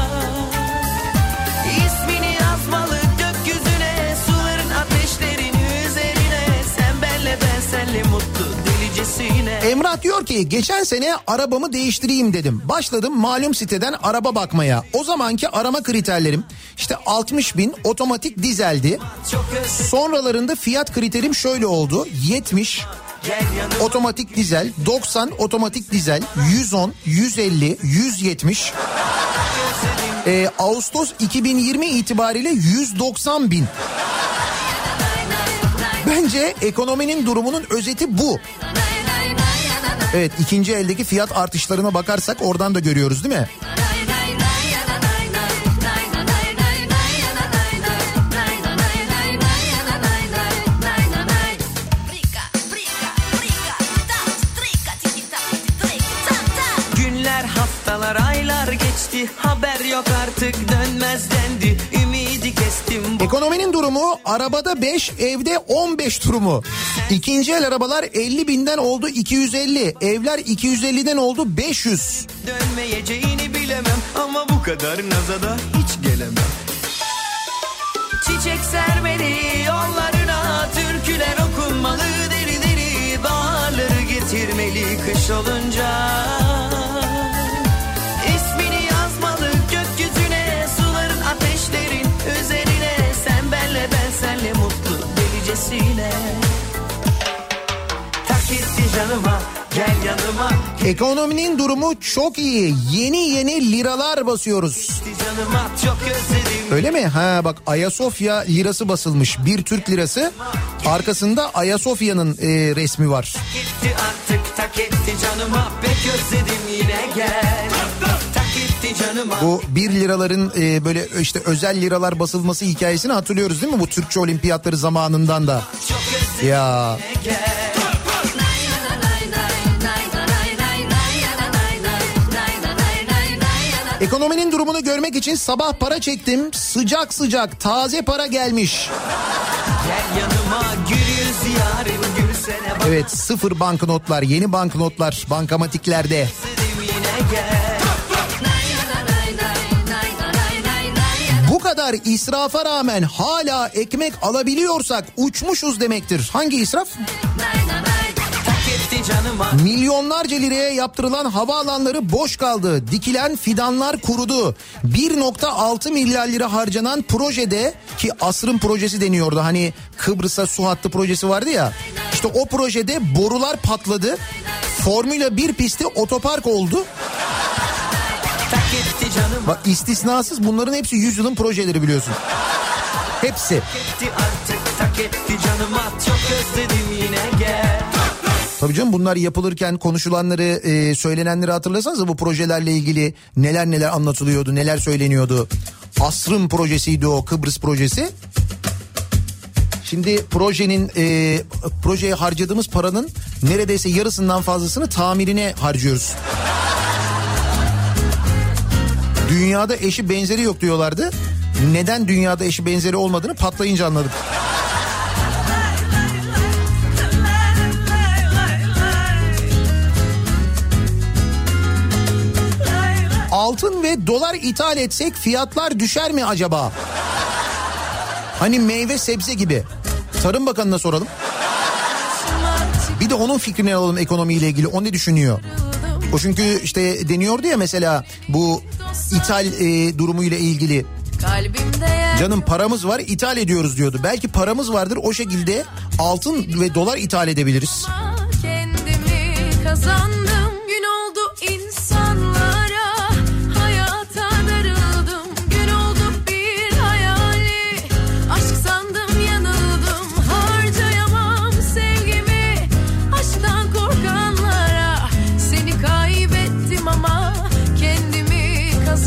İsmini yazmalı gökyüzüne. Suların ateşlerin üzerine. Sen benle ben senle mutlu delicesine. Emrah diyor ki geçen sene arabamı değiştireyim dedim. Başladım malum siteden araba bakmaya. O zamanki arama kriterlerim işte 60.000 otomatik dizeldi. Sonralarında fiyat kriterim şöyle oldu. 70 otomatik dizel, 90 otomatik dizel, 110, 150, 170. Ağustos 2020 itibariyle 190.000. Bence ekonominin durumunun özeti bu. Evet, ikinci eldeki fiyat artışlarına bakarsak oradan da görüyoruz değil mi? Günler, haftalar, aylar geçti. Haber yok artık dönmez dendi. Ümidi kestim. Ekonominin durumu arabada 5, evde 15 durumu. İkinci el arabalar 50.000'den oldu 250. Evler 250'den oldu 500. Dönmeyeceğini bilemem ama bu kadar naza da hiç gelemem. Çiçek sermeli yollarına, türküler okunmalı deri deri. Baharları getirmeli kış olunca. İsmini yazmalı gökyüzüne, suların ateşlerin üzerine. Sen benle ben senle mutlu delicesine. Tak etti canıma, gel yanıma. Ekonominin durumu çok iyi. Yeni liralar basıyoruz. Canıma çok özledim. Öyle mi? Ha bak, Ayasofya lirası basılmış. Bir Türk lirası. Arkasında Ayasofya'nın resmi var. Gitti artık, tak etti canıma, pek özledim yine gel. Tak etti canıma. Bu 1 liraların böyle işte özel liralar basılması hikayesini hatırlıyoruz değil mi? Bu Türkçe olimpiyatları zamanından da. Çok özledim Ya. yine gel. Ekonominin durumunu görmek için sabah para çektim. Sıcak sıcak taze para gelmiş. Gel yanıma, gül yüz yarın gülsene bak. Evet, sıfır banknotlar, yeni banknotlar bankamatiklerde. Özledim yine gel. Bu kadar israfa rağmen hala ekmek alabiliyorsak uçmuşuz demektir. Hangi israf? Tak etti canıma. Milyonlarca liraya yaptırılan havaalanları boş kaldı. Dikilen fidanlar kurudu. 1.6 milyar lira harcanan projede, ki asrın projesi deniyordu. Hani Kıbrıs'a su hattı projesi vardı ya. İşte o projede borular patladı. Formula 1 pisti otopark oldu. Tak etti canıma. Bak, istisnasız bunların hepsi 100 yılın projeleri biliyorsun. Hepsi. Etti artık, tak etti canıma, çok özledim yine gel. Tabii canım, bunlar yapılırken konuşulanları, söylenenleri hatırlasanıza, bu projelerle ilgili neler anlatılıyordu, neler söyleniyordu. Asrın projesiydi o, Kıbrıs projesi. Şimdi projeye harcadığımız paranın neredeyse yarısından fazlasını tamirine harcıyoruz. Dünyada eşi benzeri yok diyorlardı. Neden dünyada eşi benzeri olmadığını patlayınca anladık. Altın ve dolar ithal etsek fiyatlar düşer mi acaba? Hani meyve sebze gibi. Tarım Bakanı'na soralım. Bir de onun fikrini alalım ekonomiyle ilgili. O ne düşünüyor? O çünkü işte deniyordu ya mesela bu ithal durumuyla ilgili. Canım paramız var, ithal ediyoruz diyordu. Belki paramız vardır, o şekilde altın ve dolar ithal edebiliriz. Kendimi kazandım, gün oldu insanlara, hayata darıldım, gün oldu bir hayali, aşk sandım yanıldım, harcayamam sevgimi, aşktan korkanlara, seni kaybettim ama kendimi kazandım.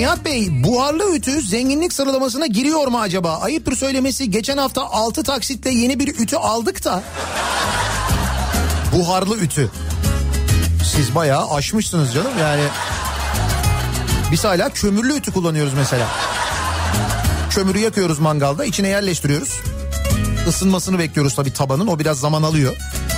Nihat Bey, buharlı ütü zenginlik sıralamasına giriyor mu acaba? Ayıptır söylemesi, geçen hafta 6 taksitle yeni bir ütü aldık da. Buharlı ütü. Siz bayağı aşmışsınız canım yani. Biz hala kömürlü ütü kullanıyoruz mesela. Kömürü yakıyoruz mangalda, içine yerleştiriyoruz. Isınmasını bekliyoruz tabii tabanın, o biraz zaman alıyor.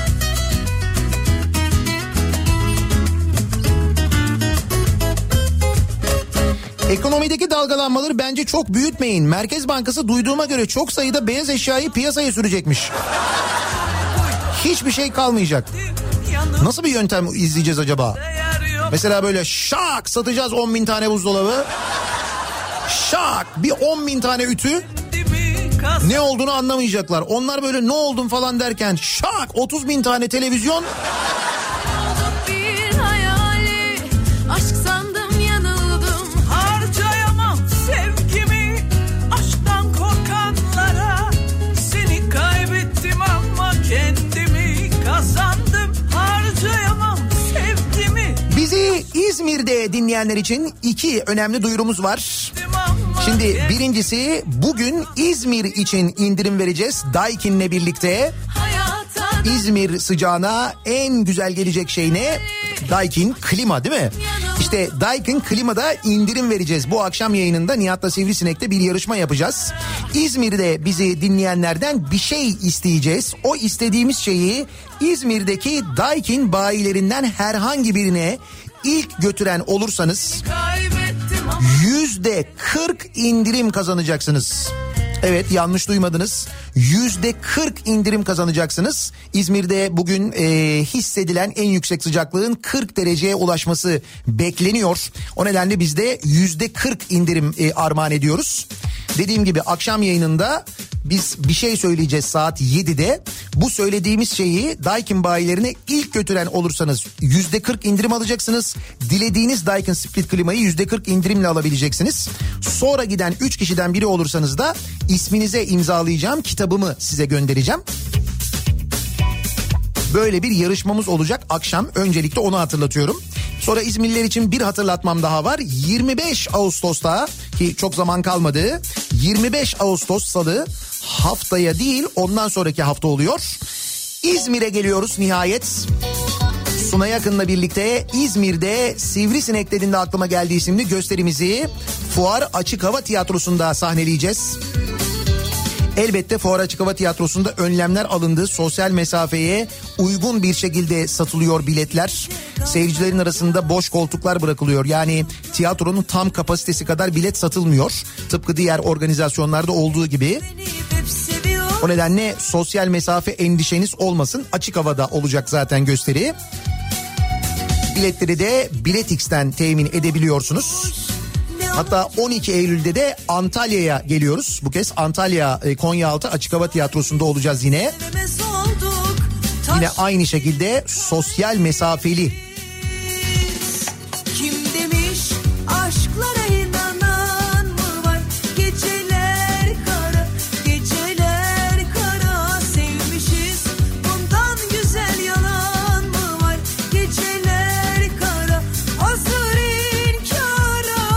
Ekonomideki dalgalanmaları bence çok büyütmeyin. Merkez Bankası duyduğuma göre çok sayıda beyaz eşyayı piyasaya sürecekmiş. Hiçbir şey kalmayacak. Nasıl bir yöntem izleyeceğiz acaba? Mesela böyle şak satacağız 10.000 tane buzdolabı. Şak bir 10.000 tane ütü. Ne olduğunu anlamayacaklar. Onlar böyle ne oldun falan derken şak 30.000 tane televizyon. Bir hayali aşk sandım, yanıldım. Harcayamam sevgimi aşktan korkanlara. Seni kaybettim ama kendimi kazandım. Harcayamam sevgimi. Bizi İzmir'de dinleyenler için 2 önemli duyurumuz var. Şimdi birincisi, bugün İzmir için indirim vereceğiz Daikin'le birlikte. İzmir sıcağına en güzel gelecek şey ne? Daikin klima değil mi? İşte Daikin klimada indirim vereceğiz. Bu akşam yayınında Nihat'la Sivrisinek'te bir yarışma yapacağız. İzmir'de bizi dinleyenlerden bir şey isteyeceğiz. O istediğimiz şeyi İzmir'deki Daikin bayilerinden herhangi birine ilk götüren olursanız %40 indirim kazanacaksınız. Evet, yanlış duymadınız. %40 indirim kazanacaksınız. İzmir'de bugün hissedilen en yüksek sıcaklığın 40 dereceye ulaşması bekleniyor. O nedenle biz de %40 indirim armağan ediyoruz. Dediğim gibi akşam yayınında biz bir şey söyleyeceğiz saat 7'de. Bu söylediğimiz şeyi Daikin bayilerine ilk götüren olursanız %40 indirim alacaksınız. Dilediğiniz Daikin split klimayı %40 indirimle alabileceksiniz. Sonra giden 3 kişiden biri olursanız da isminize imzalayacağım kitabımı size göndereceğim. Böyle bir yarışmamız olacak akşam. Öncelikle onu hatırlatıyorum. Sonra İzmirliler için bir hatırlatmam daha var. 25 Ağustos'ta, ki çok zaman kalmadı, 25 Ağustos Salı, haftaya değil ondan sonraki hafta oluyor. İzmir'e geliyoruz nihayet. Sunay Akın'la birlikte İzmir'de Sivrisinek dediğinde aklıma geldiği isimli gösterimizi Fuar Açık Hava Tiyatrosu'nda sahneleyeceğiz. Elbette Fuar Açık Hava Tiyatrosu'nda önlemler alındı. Sosyal mesafeye uygun bir şekilde satılıyor biletler. Seyircilerin arasında boş koltuklar bırakılıyor. Yani tiyatronun tam kapasitesi kadar bilet satılmıyor. Tıpkı diğer organizasyonlarda olduğu gibi. O nedenle sosyal mesafe endişeniz olmasın. Açık havada olacak zaten gösteri. Biletleri de Biletix'ten temin edebiliyorsunuz. Hatta 12 Eylül'de de Antalya'ya geliyoruz. Bu kez Antalya Konyaaltı Açık Hava Tiyatrosu'nda olacağız yine. Yine aynı şekilde sosyal mesafeli. Kim demiş aşklara inanan mı var? Geceler kara, geceler kara. Sevmişiz bundan güzel yalan mı var? Geceler kara, hazır inkara.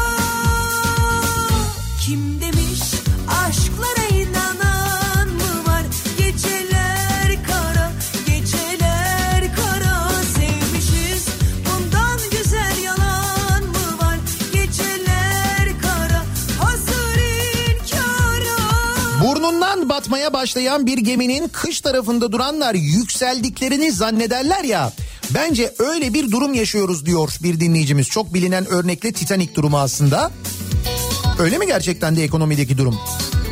Kim demiş aşklara inanan mı var? Geceler kara, geceler kara. Sevmişiz bundan güzel yalan mı var? Geceler kara, hazır inkara. Burnundan batmaya başlayan bir geminin kış tarafında duranlar yükseldiklerini zannederler ya. Bence öyle bir durum yaşıyoruz diyor bir dinleyicimiz. Çok bilinen örnekle Titanic durumu aslında. Öyle mi gerçekten de ekonomideki durum?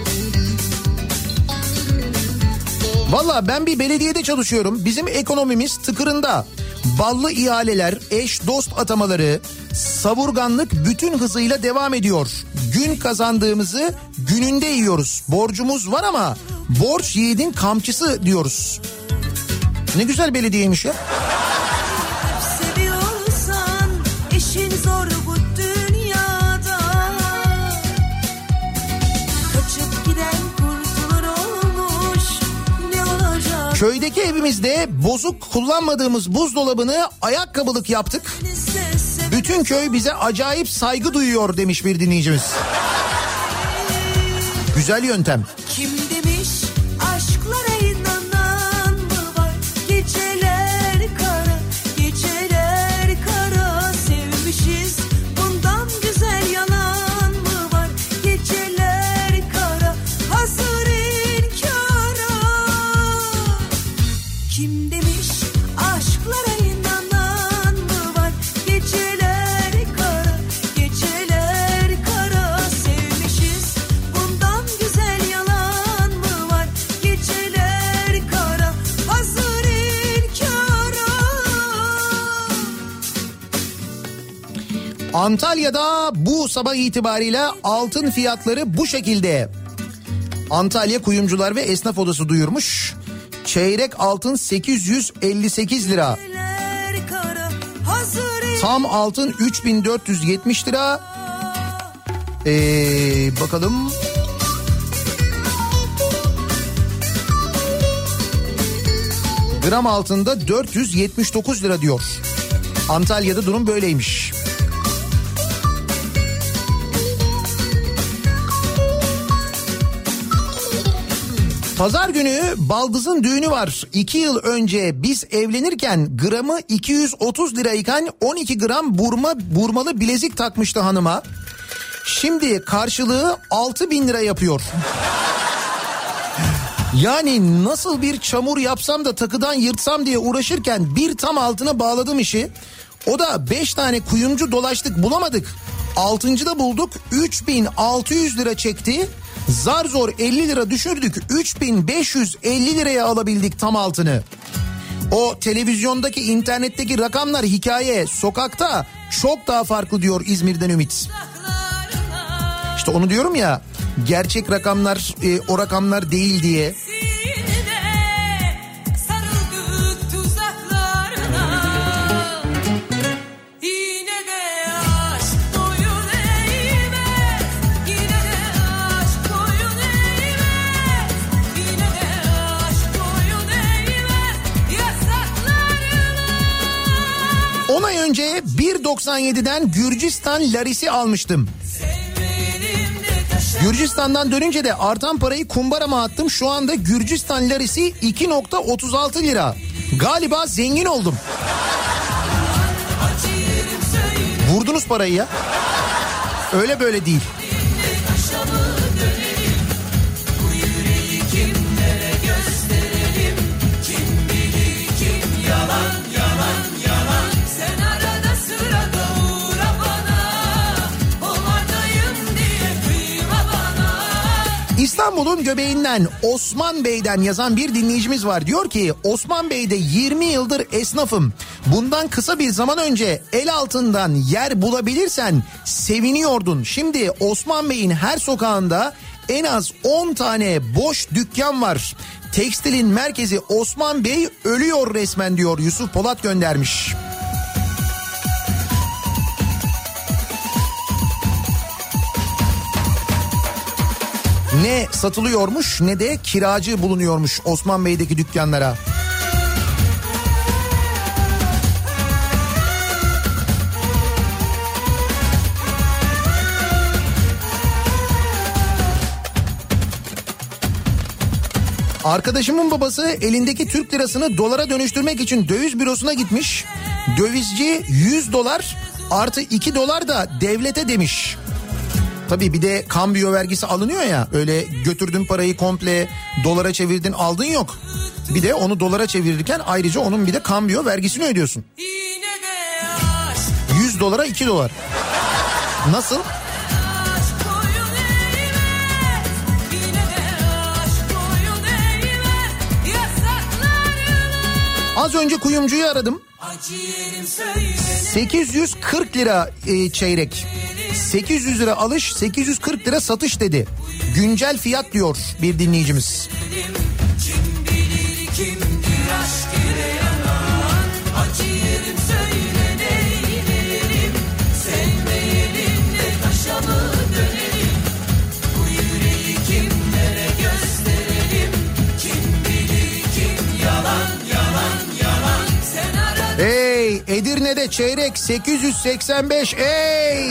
Valla ben bir belediyede çalışıyorum. Bizim ekonomimiz tıkırında. Ballı ihaleler, eş dost atamaları, savurganlık bütün hızıyla devam ediyor. Gün kazandığımızı gününde yiyoruz. Borcumuz var ama borç yiğidin kamçısı diyoruz. Ne güzel belediyeymiş ya. Seviyorsan işin zor bu dünyada. Kaçıp giden kurtulur olmuş. Ne olacak? Köydeki evimizde bozuk kullanmadığımız buzdolabını ayakkabılık yaptık. Sese Bütün köy bize acayip saygı duyuyor demiş bir dinleyicimiz. Güzel yöntem. Kim demiş aşklara inanan mı var? Geceler kara, geceler kara. Sevmişiz bundan güzel yalan mı var? Geceler kara, hazır inkara. Kim demiş aşklara inanan mı var? Geceler kara, geceler kara. Sevmişiz bundan güzel yalan mı var? Geceler kara, hazır inkara. Antalya'da bu sabah itibariyle altın fiyatları bu şekilde. Antalya Kuyumcular ve Esnaf Odası duyurmuş. Çeyrek altın 858 lira. Geceler kara, hazır Tam altın 3470 lira. Bakalım. Gram altında 479 lira diyor. Antalya'da durum böyleymiş. Pazar günü baldızın düğünü var. 2 yıl önce biz evlenirken gramı 230 lirayken 12 gram burmalı bilezik takmıştı hanıma. Şimdi karşılığı 6.000 lira yapıyor. Yani nasıl bir çamur yapsam da takıdan yırtsam diye uğraşırken bir tam altına bağladım işi. O da 5 tane kuyumcu dolaştık bulamadık. 6.'da bulduk, 3.600 lira çekti. Zar zor 50 lira düşürdük, 3.550 liraya alabildik tam altını. O televizyondaki, internetteki rakamlar hikaye, sokakta çok daha farklı diyor İzmir'den Ümit. İşte onu diyorum ya, gerçek rakamlar o rakamlar değil diye. Onay önce 1.97'den Gürcistan larisi almıştım. Gürcistan'dan dönünce de artan parayı kumbarama attım. Şu anda Gürcistan larisi 2.36 lira. Galiba zengin oldum. Vurdunuz parayı ya. Öyle böyle değil. İstanbul'un göbeğinden Osman Bey'den yazan bir dinleyicimiz var. Diyor ki Osman Bey'de 20 yıldır esnafım. Bundan kısa bir zaman önce el altından yer bulabilirsen seviniyordun. Şimdi Osman Bey'in her sokağında en az 10 tane boş dükkan var. Tekstilin merkezi Osman Bey ölüyor resmen diyor, Yusuf Polat göndermiş. Ne satılıyormuş ne de kiracı bulunuyormuş Osman Bey'deki dükkanlara. Arkadaşımın babası elindeki Türk lirasını dolara dönüştürmek için döviz bürosuna gitmiş. Dövizci 100 dolar artı 2 dolar da devlete demiş. Tabii bir de kambiyo vergisi alınıyor ya, öyle götürdün parayı komple dolara çevirdin aldın yok. Bir de onu dolara çevirirken ayrıca onun bir de kambiyo vergisini ödüyorsun. 100 dolara 2 dolar. Nasıl? Az önce kuyumcuyu aradım. 840 lira çeyrek. 800 lira alış, 840 lira satış dedi. Güncel fiyat diyor bir dinleyicimiz. Hey Ey Edirne'de çeyrek 885 ey.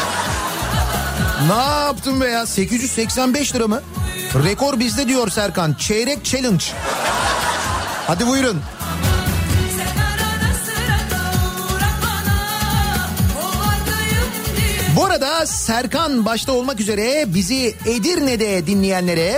Ne yaptın be ya, 885 lira mı? Rekor bizde diyor Serkan. Çeyrek challenge. Hadi buyurun. Bu arada Serkan başta olmak üzere bizi Edirne'de dinleyenlere,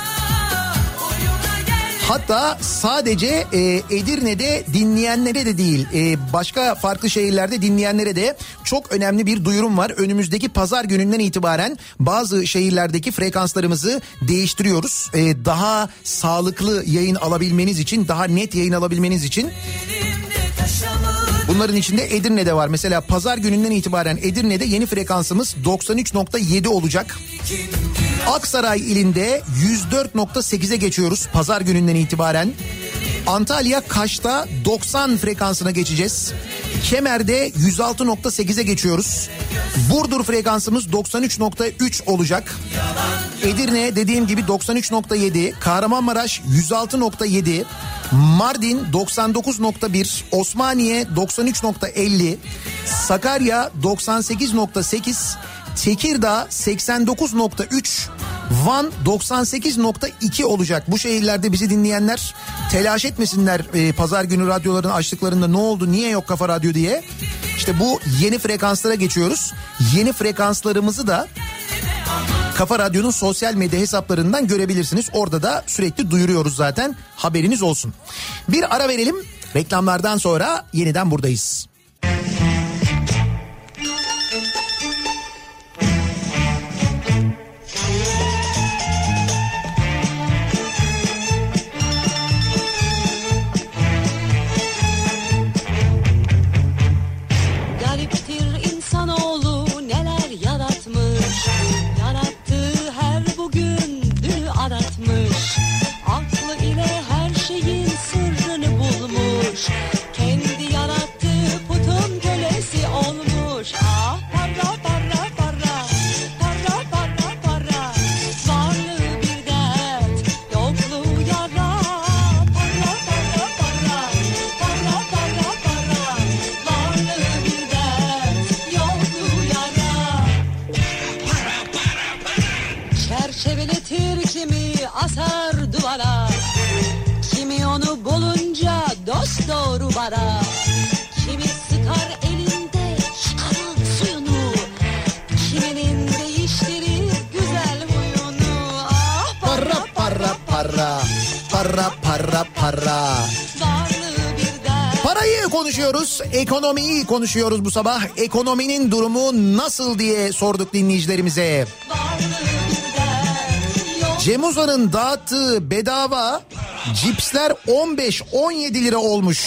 hatta sadece Edirne'de dinleyenlere de değil, başka farklı şehirlerde dinleyenlere de çok önemli bir duyurum var. Önümüzdeki pazar gününden itibaren bazı şehirlerdeki frekanslarımızı değiştiriyoruz. Daha sağlıklı yayın alabilmeniz için, daha net yayın alabilmeniz için. Bunların içinde Edirne'de var. Mesela pazar gününden itibaren Edirne'de yeni frekansımız 93.7 olacak. Aksaray ilinde 104.8'e geçiyoruz pazar gününden itibaren. Antalya Kaş'ta 90 frekansına geçeceğiz. Kemer'de 106.8'e geçiyoruz. Burdur frekansımız 93.3 olacak. Edirne dediğim gibi 93.7, Kahramanmaraş 106.7, Mardin 99.1, Osmaniye 93.50, Sakarya 98.8, Tekirdağ 89.3, Van 98.2 olacak. Bu şehirlerde bizi dinleyenler telaş etmesinler pazar günü radyoların açtıklarında ne oldu, niye yok Kafa Radyo diye. İşte bu yeni frekanslara geçiyoruz. Yeni frekanslarımızı da Kafa Radyo'nun sosyal medya hesaplarından görebilirsiniz. Orada da sürekli duyuruyoruz zaten, haberiniz olsun. Bir ara verelim, reklamlardan sonra yeniden buradayız. Gariptir insanoğlu neler yaratmış. Yarattığı her bugün dünü aratmış. Aklı ile her şeyin sırrını bulmuş. Kendi yarattığı putun kölesi olmuş. Ah para para para, para para para. Varlığı bir dert, yokluğu yara. Para para para, para para para. Varlığı bir dert, yokluğu yara. Çerçeveletir kimi asar duvara. Kimi onu bulunca dost doğru bara. Kimi sıkar elinde çıkarır suyunu. Kiminin değiştirir güzel huyunu. Ah Para para para, para para para. varlığı bir dert. Parayı konuşuyoruz, ekonomiyi konuşuyoruz bu sabah. Ekonominin durumu nasıl diye sorduk dinleyicilerimize. Varlığı bir dert. Yok Cem Uzan'ın dağıttığı bedava cipsler 15-17 lira olmuş.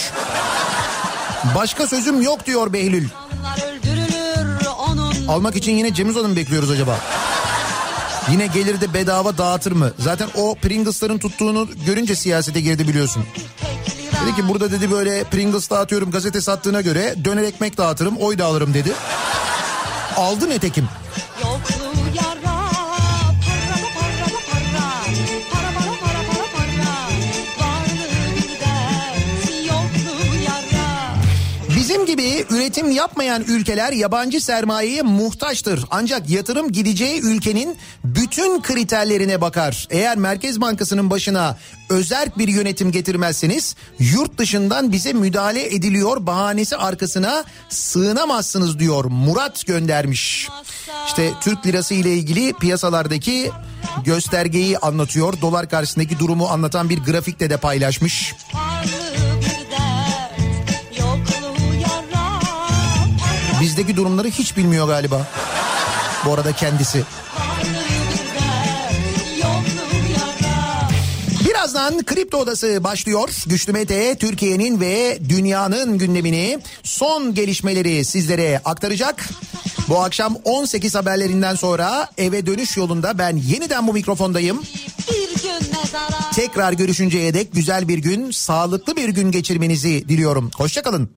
Başka sözüm yok diyor Behlül. insanlar öldürülür onun. Almak için yine Cem Uzan'ı mı bekliyoruz acaba? Yine gelir de bedava dağıtır mı? Zaten o Pringles'ların tuttuğunu görünce siyasete girdi biliyorsun. Tek lira. Dedi ki burada dedi böyle Pringles dağıtıyorum, gazete sattığına göre döner ekmek dağıtırım, oy da alırım dedi. Aldı nitekim. Yokluğu yara. Para para para. Para para para para para. Varlığı bir dert. Yokluğu yara. Bizim gibi üretim yapmayan ülkeler yabancı sermayeye muhtaçtır. Ancak yatırım gideceği ülkenin bütün kriterlerine bakar. Eğer Merkez Bankası'nın başına özerk bir yönetim getirmezseniz yurt dışından bize müdahale ediliyor bahanesi arkasına sığınamazsınız diyor. Murat göndermiş. İşte Türk lirası ile ilgili piyasalardaki göstergeyi anlatıyor. Dolar karşısındaki durumu anlatan bir grafikte de paylaşmış. Varlığı bir dert. Yokluğu yara. Para Bizdeki durumları hiç bilmiyor galiba. Bu arada kendisi. varlığı bir dert. Yokluğu yara. Birazdan Kripto Odası başlıyor. Güçlü Mete Türkiye'nin ve dünyanın gündemini, son gelişmeleri sizlere aktaracak. Bu akşam 18 haberlerinden sonra eve dönüş yolunda ben yeniden bu mikrofondayım. Bir gün mezara. Tekrar görüşünceye dek güzel bir gün, sağlıklı bir gün geçirmenizi diliyorum. Hoşça kalın.